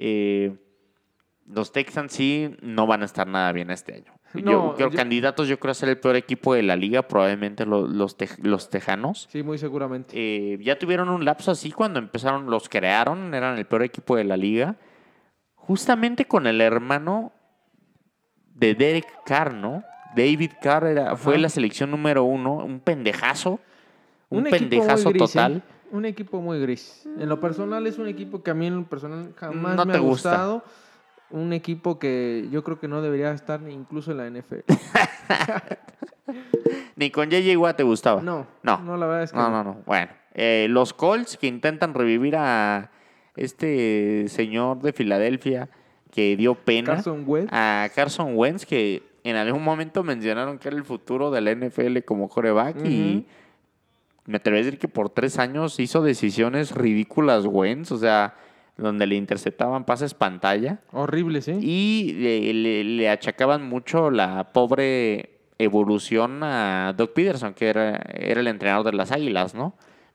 Los Texans sí no van a estar nada bien este año. No, Candidatos yo creo a ser el peor equipo de la liga, probablemente los Tejanos. Sí, muy seguramente. Ya tuvieron un lapso así cuando empezaron, los crearon, eran el peor equipo de la liga. Justamente con el hermano de Derek Carr, ¿no? David Carr fue la selección número 1, un pendejazo. Un pendejazo gris, total. Un equipo muy gris. En lo personal es un equipo que a mí en lo personal jamás No me te ha gusta. gustado. Un equipo que yo creo que no debería estar incluso en la NFL. Ni con J.J. Watt te gustaba. No, No, la verdad es que no. Bueno, los Colts que intentan revivir a este señor de Filadelfia que dio pena. A Carson Wentz, que en algún momento mencionaron que era el futuro de la NFL como quarterback y me atrevo a decir que por 3 años hizo decisiones ridículas Wentz, o sea, donde le interceptaban pases pantalla. Horrible, sí. Y le achacaban mucho la pobre evolución a Doug Peterson, que era el entrenador de las Águilas, ¿no?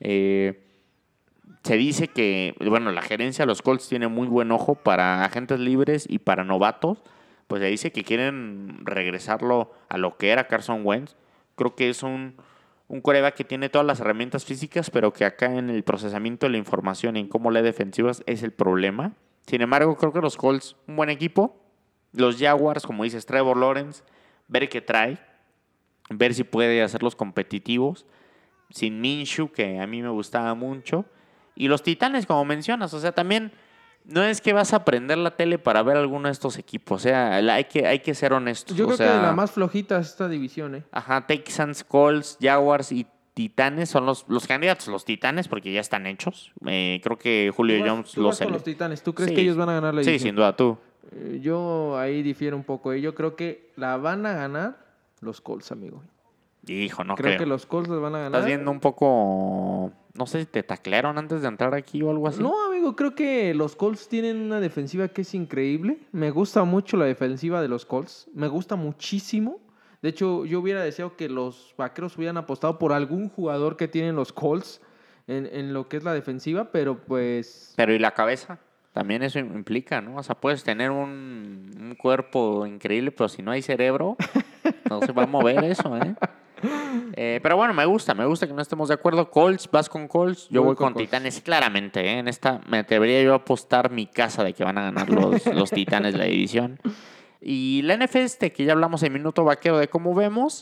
Se dice que, bueno, la gerencia de los Colts tiene muy buen ojo para agentes libres y para novatos. Pues se dice que quieren regresarlo a lo que era Carson Wentz. Creo que es un quarterback que tiene todas las herramientas físicas, pero que acá en el procesamiento de la información y en cómo lee defensivas es el problema. Sin embargo, creo que los Colts, un buen equipo. Los Jaguars, como dices, Trevor Lawrence, ver qué trae, ver si puede hacerlos competitivos. Sin Minshew, que a mí me gustaba mucho. Y los Titanes, como mencionas, o sea, también no es que vas a prender la tele para ver alguno de estos equipos. O sea, hay que ser honestos. Yo creo que la más flojita es esta división, ¿eh? Ajá, Texans, Colts, Jaguars y Titanes son los candidatos. Los Titanes, porque ya están hechos. Creo que Julio Jones los con los Titanes. ¿Tú crees que ellos van a ganar la división? Sí, sin duda, tú. Yo ahí difiero un poco. Yo creo que la van a ganar los Colts, amigo. Hijo, no creo que los Colts les van a ganar. Estás viendo un poco... No sé si te taclearon antes de entrar aquí o algo así. No, amigo, creo que los Colts tienen una defensiva que es increíble. Me gusta mucho la defensiva de los Colts. Me gusta muchísimo. De hecho, yo hubiera deseado que los Vaqueros hubieran apostado por algún jugador que tienen los Colts en lo que es la defensiva, pero pues... Pero ¿y la cabeza? También eso implica, ¿no? O sea, puedes tener un cuerpo increíble, pero si no hay cerebro, no se va a mover eso, ¿eh? Pero bueno, me gusta que no estemos de acuerdo. Colts, vas con Colts, yo voy con Titanes, claramente, ¿eh? En esta me atrevería yo a apostar mi casa de que van a ganar los Titanes la división. Y la NFC, que ya hablamos en Minuto Vaquero de cómo vemos,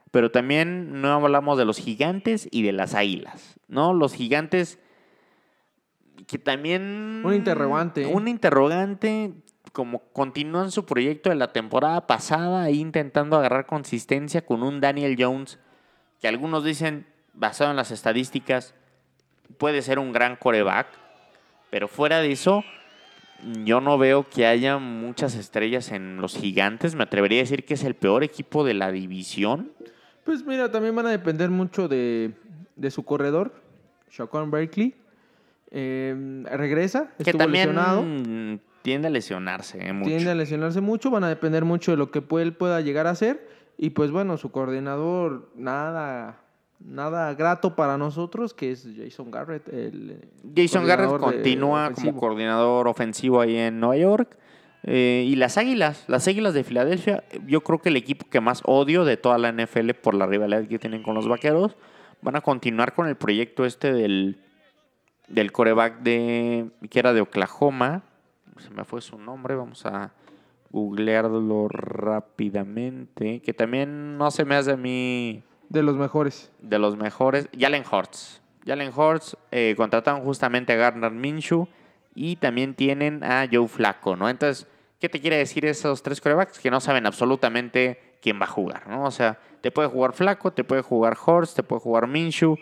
Pero también no hablamos de los Gigantes y de las Águilas, ¿no? Los Gigantes que también... Un interrogante. Un interrogante, como continúan su proyecto de la temporada pasada, ahí intentando agarrar consistencia con un Daniel Jones, que algunos dicen, basado en las estadísticas, puede ser un gran quarterback, pero fuera de eso, yo no veo que haya muchas estrellas en los Gigantes. Me atrevería a decir que es el peor equipo de la división. Pues mira, también van a depender mucho de su corredor, Saquon Barkley. Regresa, Que estuvo también lesionado. tiende a lesionarse mucho. Tiende a lesionarse mucho, van a depender mucho de lo que él pueda llegar a hacer. Y pues bueno, su coordinador, nada grato para nosotros, que es Jason Garrett. Jason Garrett coordinador continúa como ofensivo. coordinador ofensivo ahí en Nueva York. Y las Águilas de Filadelfia, yo creo que el equipo que más odio de toda la NFL por la rivalidad que tienen con los Vaqueros, van a continuar con el proyecto del quarterback que era de Oklahoma. Se me fue su nombre, vamos a googlearlo rápidamente, que también no se me hace a mí De los mejores. de los mejores. Jalen Hurts. Contrataron justamente a Gardner Minshew y también tienen a Joe Flacco, ¿no? Entonces, ¿qué te quiere decir esos tres quarterbacks? Que no saben absolutamente quién va a jugar, ¿no? O sea, te puede jugar Flacco, te puede jugar Hurts, te puede jugar Minshew.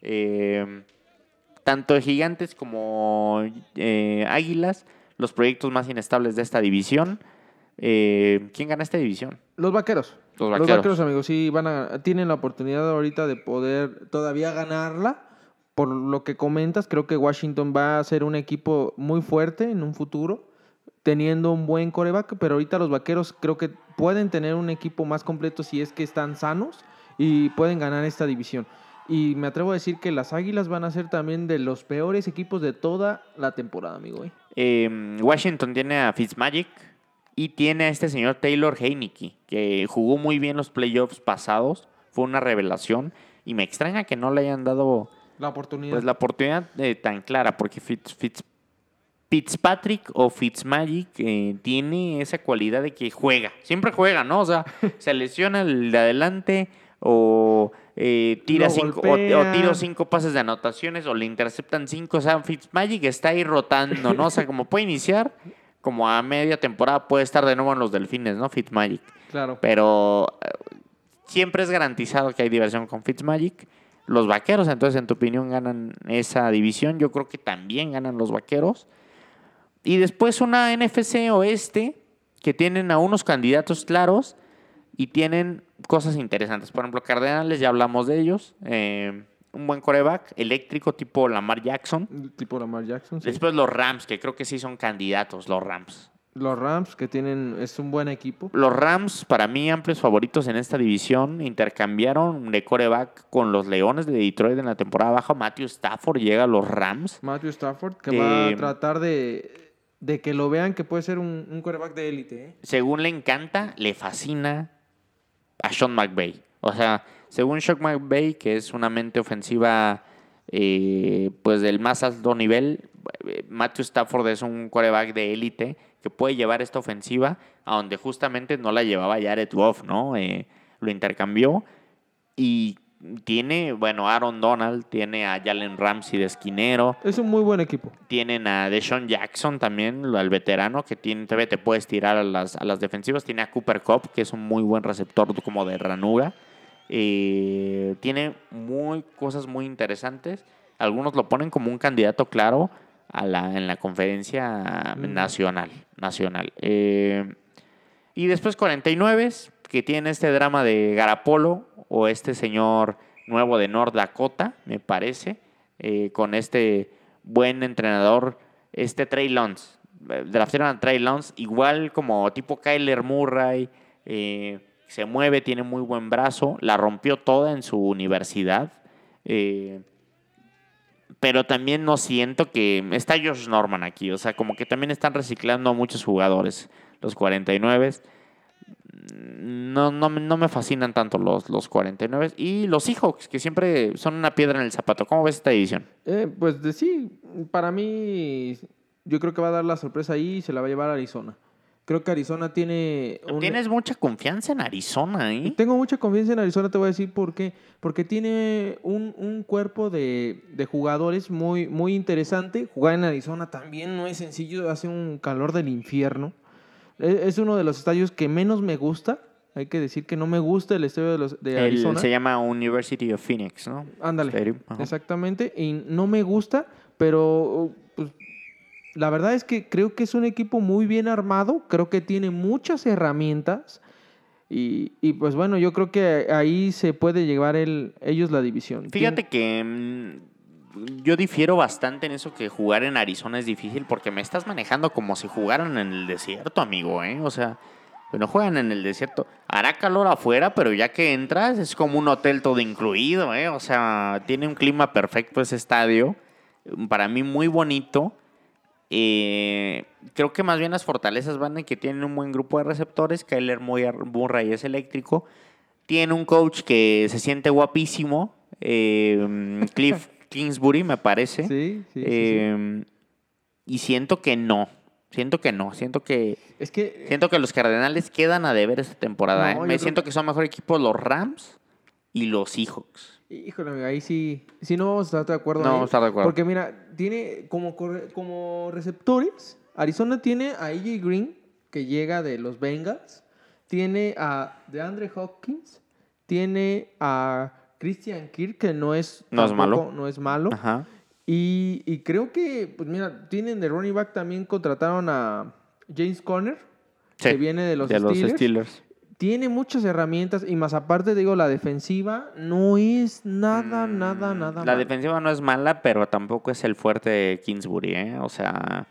Tanto de Gigantes como Águilas, los proyectos más inestables de esta división. ¿Quién gana esta división? Los Vaqueros. Los Los Vaqueros. Vaqueros, amigos, sí tienen la oportunidad ahorita de poder todavía ganarla. Por lo que comentas, creo que Washington va a ser un equipo muy fuerte en un futuro, teniendo un buen quarterback, pero ahorita los Vaqueros creo que pueden tener un equipo más completo si es que están sanos y pueden ganar esta división. Y me atrevo a decir que las Águilas van a ser también de los peores equipos de toda la temporada, amigo. Washington tiene a Fitzmagic y tiene a este señor Taylor Heinicke, que jugó muy bien los playoffs pasados. Fue una revelación y me extraña que no le hayan dado La oportunidad. pues, la oportunidad tan clara, porque Fitzpatrick o Fitzmagic tiene esa cualidad de que siempre juega, ¿no? O sea, se lesiona el de adelante o tira Lo 5 golpean. o tiro 5 pases de anotaciones o le interceptan 5. O sea, Fitzmagic está ahí rotando, ¿no? O sea, como puede iniciar, como a media temporada puede estar de nuevo en los Delfines, ¿no? Fitzmagic. Claro. Pero siempre es garantizado que hay diversión con Fitzmagic. Los Vaqueros, entonces, en tu opinión, ganan esa división. Yo creo que también ganan los Vaqueros. Y después una NFC Oeste que tienen a unos candidatos claros y tienen cosas interesantes. Por ejemplo, Cardenales, ya hablamos de ellos. Un buen quarterback eléctrico tipo Lamar Jackson. Tipo Lamar Jackson. Sí. Después los Rams, que creo que sí son candidatos, los Rams. Los Rams, que es un buen equipo. Los Rams, para mí, amplios favoritos en esta división. Intercambiaron de quarterback con los Leones de Detroit en la temporada baja. Matthew Stafford llega a los Rams. Matthew Stafford, que va a tratar de que lo vean que puede ser un quarterback de élite. Según le encanta, le fascina a Sean McVay. O sea, según Sean McVay, que es una mente ofensiva pues del más alto nivel, Matthew Stafford es un quarterback de élite que puede llevar esta ofensiva a donde justamente no la llevaba Jared Goff, ¿no? Lo intercambió y tiene, Aaron Donald, tiene a Jalen Ramsey de esquinero. Es un muy buen equipo. Tienen a Deshaun Jackson también, al veterano, que todavía te puedes tirar a las defensivas. Tiene a Cooper Kupp, que es un muy buen receptor como de ranura. Tiene cosas muy interesantes. Algunos lo ponen como un candidato claro en la conferencia nacional. Y después 49, que tiene este drama de Garapolo, o este señor nuevo de North Dakota, me parece, con este buen entrenador, Trey Lance. Draftaron a Trey Lance, igual como tipo Kyler Murray, se mueve, tiene muy buen brazo, la rompió toda en su universidad. Pero también no siento que... Está Josh Norman aquí, o sea, como que también están reciclando a muchos jugadores, los 49. No me fascinan tanto los 49. Y los Seahawks, que siempre son una piedra en el zapato. ¿Cómo ves esta división? Pues sí, para mí, yo creo que va a dar la sorpresa ahí y se la va a llevar a Arizona. Creo que Arizona tiene... Tienes mucha confianza en Arizona, ¿eh? Tengo mucha confianza en Arizona, te voy a decir por qué. Porque tiene un cuerpo de jugadores muy, muy interesante. Jugar en Arizona también no es sencillo, hace un calor del infierno. Es uno de los estadios que menos me gusta. Hay que decir que no me gusta el estadio de Arizona. Se llama University of Phoenix, ¿no? Ándale, Stadium. Ajá. exactamente. Y no me gusta, pero pues, la verdad es que creo que es un equipo muy bien armado. Creo que tiene muchas herramientas. Y pues bueno, yo creo que ahí se puede llevar ellos la división. Fíjate que yo difiero bastante en eso que jugar en Arizona es difícil porque me estás manejando como si jugaran en el desierto, amigo, ¿eh? O sea, no juegan en el desierto. Hará calor afuera, pero ya que entras es como un hotel todo incluido, ¿eh? O sea, tiene un clima perfecto ese estadio. Para mí muy bonito. Creo que más bien las fortalezas van en que tienen un buen grupo de receptores. Kyler Murray es eléctrico. Tiene un coach que se siente guapísimo. Cliff Kingsbury, me parece. Sí. Y siento que no. Siento que los Cardenales quedan a deber esta temporada. No, Me siento que son mejor equipos los Rams y los Seahawks. Híjole, amigo, ahí sí no vamos a estar de acuerdo. No, estar de acuerdo. Porque mira, tiene como receptores, Arizona tiene a AJ Green, que llega de los Bengals, tiene a DeAndre Hopkins, tiene a Christian Kirk, que no es malo. Ajá. Y creo que, pues mira, tienen de running back también contrataron a James Conner, que viene de los Steelers. Tiene muchas herramientas y más aparte, digo, la defensiva no es nada La defensiva no es mala, pero tampoco es el fuerte de Kingsbury, ¿eh? O sea,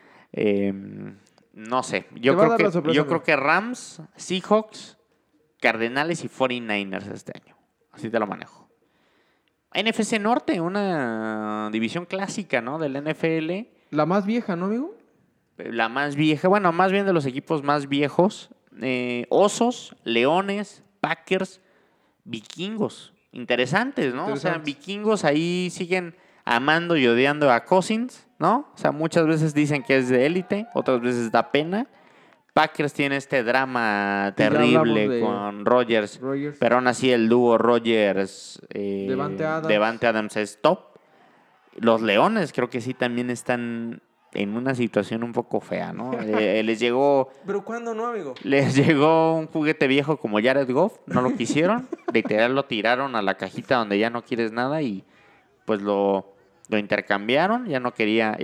no sé. Yo creo que Rams, Seahawks, Cardenales y 49ers este año. Así te lo manejo. NFC Norte, una división clásica, ¿no? Del NFL. La más vieja, ¿no, amigo? La más vieja, bueno, más bien de los equipos más viejos. Osos, Leones, Packers, Vikingos. Interesantes, ¿no? O sea, Vikingos ahí siguen amando y odiando a Cousins, ¿no? O sea, muchas veces dicen que es de élite, otras veces da pena. Packers tiene este drama terrible con Rodgers, pero aún así el dúo Rodgers Davante Adams es top. Los Leones creo que sí también están en una situación un poco fea, ¿no? Les llegó... ¿Pero cuándo no, amigo? Les llegó un juguete viejo como Jared Goff, no lo quisieron, literal lo tiraron a la cajita donde ya no quieres nada y pues lo intercambiaron, ya no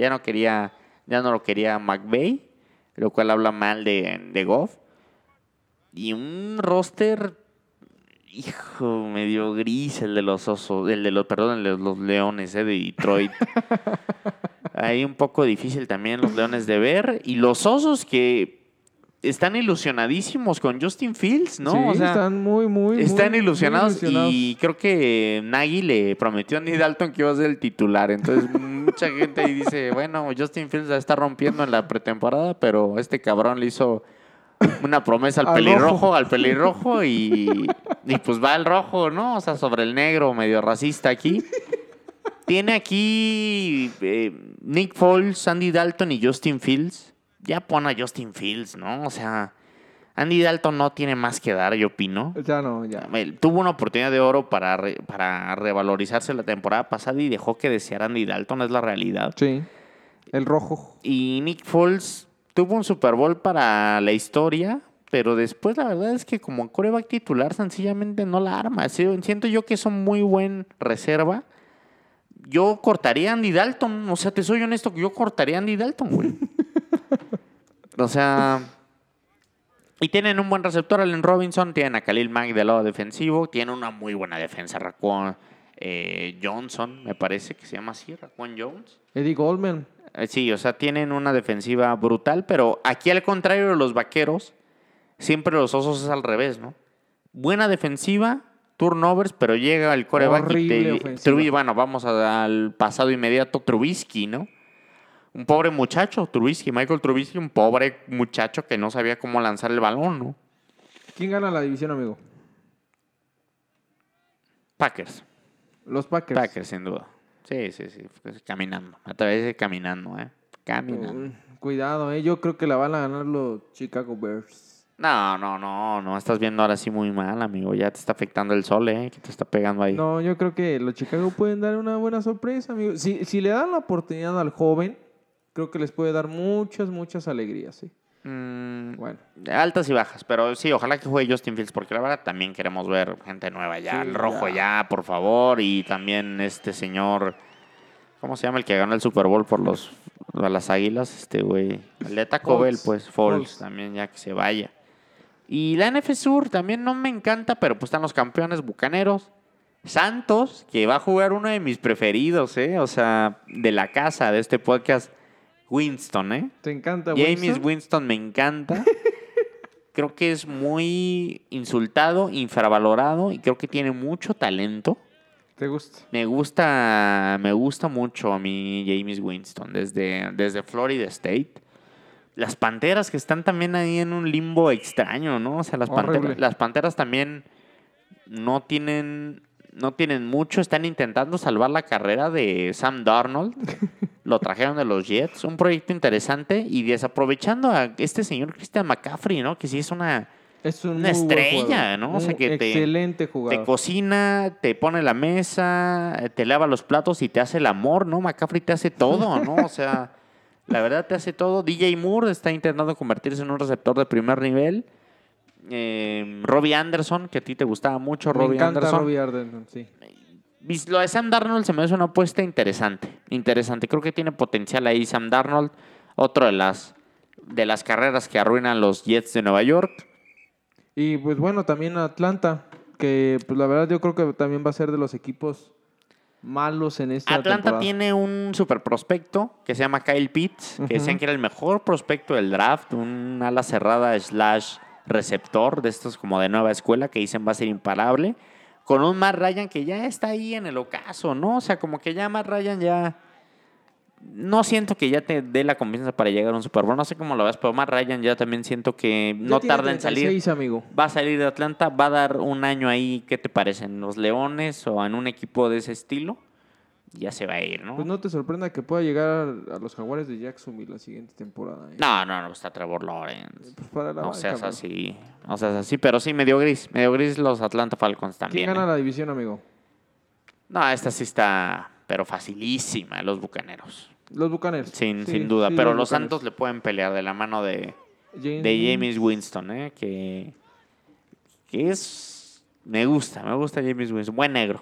lo quería McVay, lo cual habla mal de Goff. Y un roster, hijo, medio gris el de los Osos, el de los Leones, de Detroit. Ahí un poco difícil también los Leones de ver. Y los Osos que están ilusionadísimos con Justin Fields, ¿no? Sí, o sea, están ilusionados. Y creo que Nagy le prometió a Andy Dalton que iba a ser el titular. Entonces mucha gente ahí dice, bueno, Justin Fields la está rompiendo en la pretemporada, pero este cabrón le hizo una promesa al pelirrojo y pues va el rojo, ¿no? O sea, sobre el negro, medio racista aquí. Tiene aquí Nick Foles, Andy Dalton y Justin Fields. Ya pon a Justin Fields, ¿no? O sea, Andy Dalton no tiene más que dar, yo opino. Ya. Tuvo una oportunidad de oro para revalorizarse la temporada pasada y dejó que desear Andy Dalton, es la realidad. Sí, el rojo. Y Nick Foles tuvo un Super Bowl para la historia, pero después la verdad es que como quarterback titular sencillamente no la arma. Siento yo que es un muy buen reserva. Yo cortaría a Andy Dalton. O sea, te soy honesto que yo cortaría a Andy Dalton, güey. O sea... Y tienen un buen receptor, Allen Robinson. Tienen a Khalil Mack del lado defensivo. Tienen una muy buena defensa. Raquan Johnson, me parece que se llama así. Raquan Jones. Eddie Goldman. Sí, o sea, tienen una defensiva brutal. Pero aquí al contrario de los Vaqueros, siempre los Osos es al revés, ¿no? Buena defensiva... turnovers, pero llega el quarterback y bueno, vamos al pasado inmediato, Trubisky, ¿no? Un pobre muchacho, Michael Trubisky, un pobre muchacho que no sabía cómo lanzar el balón, ¿no? ¿Quién gana la división, amigo? Packers. Los Packers. Packers, sin duda. Sí. Caminando. A través de caminando, Caminando. Cuidado, yo creo que la van a ganar los Chicago Bears. No, estás viendo ahora sí muy mal, amigo. Ya te está afectando el sol, que te está pegando ahí. No, yo creo que los Chicago pueden dar una buena sorpresa, amigo. Si le dan la oportunidad al joven, creo que les puede dar muchas alegrías, sí. Bueno. Altas y bajas, pero sí, ojalá que juegue Justin Fields, porque la verdad también queremos ver gente nueva ya. Sí, el rojo ya, por favor. Y también este señor, ¿cómo se llama? El que ganó el Super Bowl por las Águilas, güey. El de Taco Bell, pues, Foles, también ya que se vaya. Y la NFC Sur también no me encanta, pero pues están los campeones Bucaneros. Santos, que va a jugar uno de mis preferidos, o sea, de la casa de este podcast, Winston, ¿Te encanta Jameis Winston me encanta. Creo que es muy insultado, infravalorado y creo que tiene mucho talento. ¿Te gusta? Me gusta mucho a mí Jameis Winston desde Florida State. Las Panteras que están también ahí en un limbo extraño, ¿no? O sea, las Panteras también no tienen mucho. Están intentando salvar la carrera de Sam Darnold. Lo trajeron de los Jets. Un proyecto interesante y desaprovechando a este señor Christian McCaffrey, ¿no? Que sí es una estrella, ¿no? O sea, que excelente jugador. Te cocina, te pone la mesa, te lava los platos y te hace el amor, ¿no? McCaffrey te hace todo, ¿no? O sea, la verdad te hace todo. DJ Moore está intentando convertirse en un receptor de primer nivel. Robbie Anderson, que a ti te gustaba mucho, Me encanta Robbie Anderson, sí. Lo de Sam Darnold se me hace una apuesta interesante. Creo que tiene potencial ahí Sam Darnold. Otro de las carreras que arruinan los Jets de Nueva York. Y pues bueno, también Atlanta, que pues la verdad yo creo que también va a ser de los equipos malos en esta Atlanta temporada. tiene un super prospecto que se llama Kyle Pitts, que decían que era el mejor prospecto del draft, un ala cerrada / receptor de estos como de nueva escuela que dicen va a ser imparable. Con un Matt Ryan que ya está ahí en el ocaso, ¿no? O sea, como que ya Matt Ryan ya... No siento que ya te dé la confianza para llegar a un Super Bowl. No sé cómo lo ves, pero Matt Ryan ya también siento que no tarda en salir. Amigo. Va a salir de Atlanta, va a dar un año ahí, ¿qué te parece? ¿En los Leones o en un equipo de ese estilo? Ya se va a ir, ¿no? Pues no te sorprenda que pueda llegar a los Jaguares de Jacksonville la siguiente temporada. No, está Trevor Lawrence. Pues para la No banca, seas así, pero sí medio gris los Atlanta Falcons también. ¿Quién gana la división, amigo? No, esta sí está, pero facilísima, los Bucaneros. Los Bucaneros. Sin duda, pero los Bucaneros. Santos le pueden pelear de la mano de Jameis Winston, que es... Me gusta Jameis Winston, buen negro.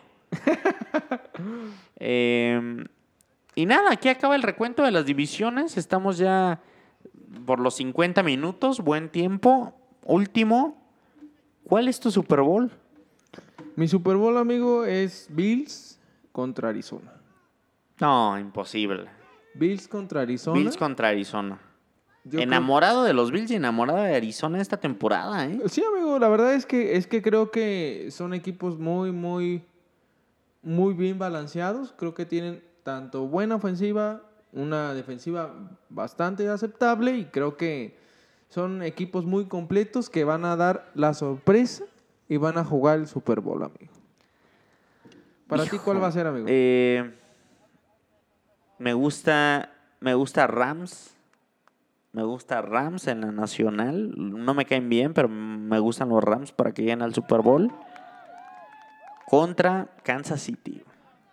Y nada, aquí acaba el recuento de las divisiones. Estamos ya por los 50 minutos, buen tiempo. Último, ¿cuál es tu Super Bowl? Mi Super Bowl, amigo, es Bills contra Arizona. No, imposible. Bills contra Arizona. Enamorado de los Bills y enamorado de Arizona esta temporada, ¿eh? Sí, amigo, la verdad es que creo que son equipos muy bien balanceados. Creo que tienen tanto buena ofensiva, una defensiva bastante aceptable y creo que son equipos muy completos que van a dar la sorpresa y van a jugar el Super Bowl, amigo. Para ti, ¿cuál va a ser, amigo? Me gusta Rams. Me gusta Rams en la nacional. No me caen bien, pero me gustan los Rams para que lleguen al Super Bowl. Contra Kansas City.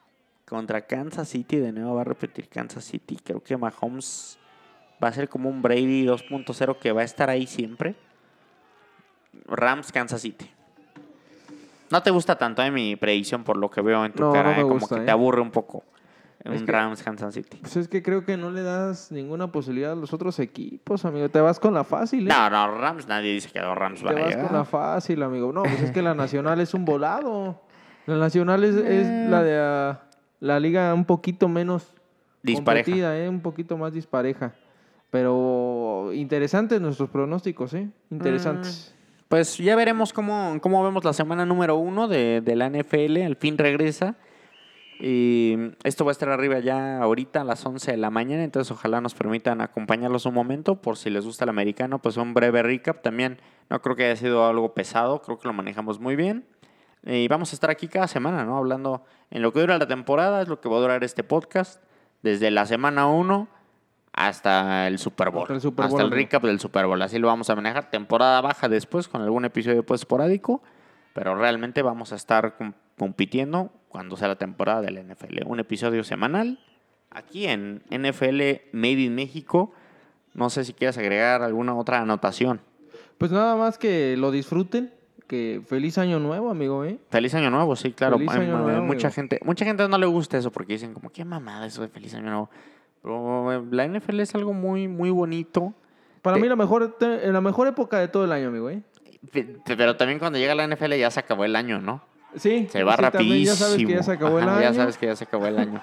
De nuevo va a repetir Kansas City. Creo que Mahomes va a ser como un Brady 2.0 que va a estar ahí siempre. Rams, Kansas City. No te gusta tanto mi predicción por lo que veo en tu cara. No me como gusta, que te aburre un poco. Rams, Kansas City. Pues es que creo que no le das ninguna posibilidad a los otros equipos, amigo. Te vas con la fácil, ¿eh? No, Rams, nadie dice que los Rams van a llegar. Te vas con la fácil, amigo. No, pues es que la nacional es un volado. La nacional es la de la liga un poquito menos dispareja. Competida, un poquito más dispareja. Pero interesantes nuestros pronósticos, interesantes. Pues ya veremos cómo vemos la semana número 1 de la NFL. Al fin regresa. Y esto va a estar arriba ya ahorita a las 11 de la mañana. Entonces ojalá nos permitan acompañarlos un momento. Por si les gusta el americano, pues un breve recap. También no creo que haya sido algo pesado. Creo que lo manejamos muy bien. Y vamos a estar aquí cada semana, ¿no? Hablando en lo que dura la temporada. Es lo que va a durar este podcast. Desde la semana 1 hasta el Super Bowl. Hasta el Super Bowl, Hasta el amigo. recap del Super Bowl. Así lo vamos a manejar. Temporada baja después con algún episodio pues esporádico. Pero realmente vamos a estar compitiendo cuando sea la temporada del NFL. Un episodio semanal aquí en NFL Made in México. No sé si quieres agregar alguna otra anotación. Pues nada más que lo disfruten. Que feliz año nuevo, amigo, ¿eh? Feliz Año Nuevo, sí, claro. Feliz Año Nuevo, mucha amigo. gente no le gusta eso porque dicen como, qué mamada eso de Feliz Año Nuevo. Pero la NFL es algo muy, muy bonito. Para mí la mejor época de todo el año, amigo, ¿eh? Pero también cuando llega la NFL ya se acabó el año, ¿no? Sí. Se va sí, también rapidísimo. ya sabes que ya se acabó el Ajá, año. Ya sabes que ya se acabó el año.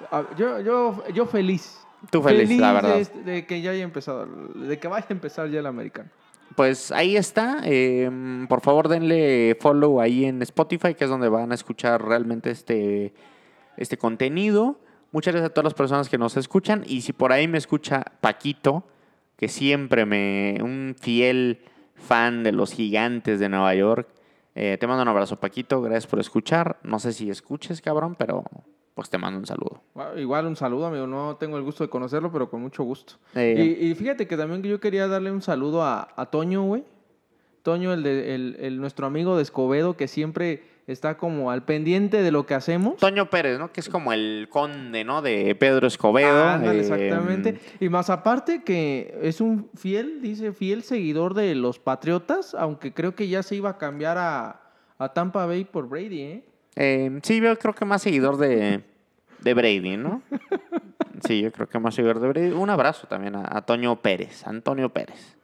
Yo feliz. Tú feliz, la verdad. De que ya haya empezado, de que vaya a empezar ya el americano. Pues ahí está. Por favor, denle follow ahí en Spotify, que es donde van a escuchar realmente este contenido. Muchas gracias a todas las personas que nos escuchan. Y si por ahí me escucha Paquito, que siempre un fiel fan de los Gigantes de Nueva York, te mando un abrazo, Paquito. Gracias por escuchar. No sé si escuches, cabrón, pero pues te mando un saludo. Igual un saludo, amigo. No tengo el gusto de conocerlo, pero con mucho gusto. Eh, Y fíjate que también yo quería darle un saludo a Toño, güey. Toño, nuestro amigo de Escobedo, que siempre está como al pendiente de lo que hacemos. Toño Pérez, ¿no? Que es como el conde, ¿no? De Pedro Escobedo. Ándale, exactamente. Y más aparte que es un fiel seguidor de los Patriotas, aunque creo que ya se iba a cambiar a Tampa Bay por Brady, ¿eh? Sí, yo creo que más seguidor de Brady, ¿no? Sí, yo creo que más seguidor de Brady. Un abrazo también a Toño Pérez, Antonio Pérez.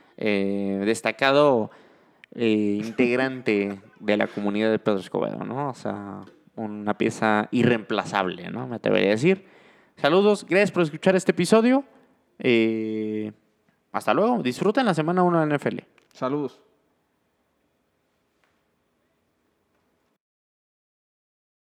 Destacado integrante de la comunidad de Pedro Escobedo, ¿no? O sea, una pieza irreemplazable, ¿no? Me atrevería a decir. Saludos, gracias por escuchar este episodio. Hasta luego. Disfruten la semana 1 de la NFL. Saludos.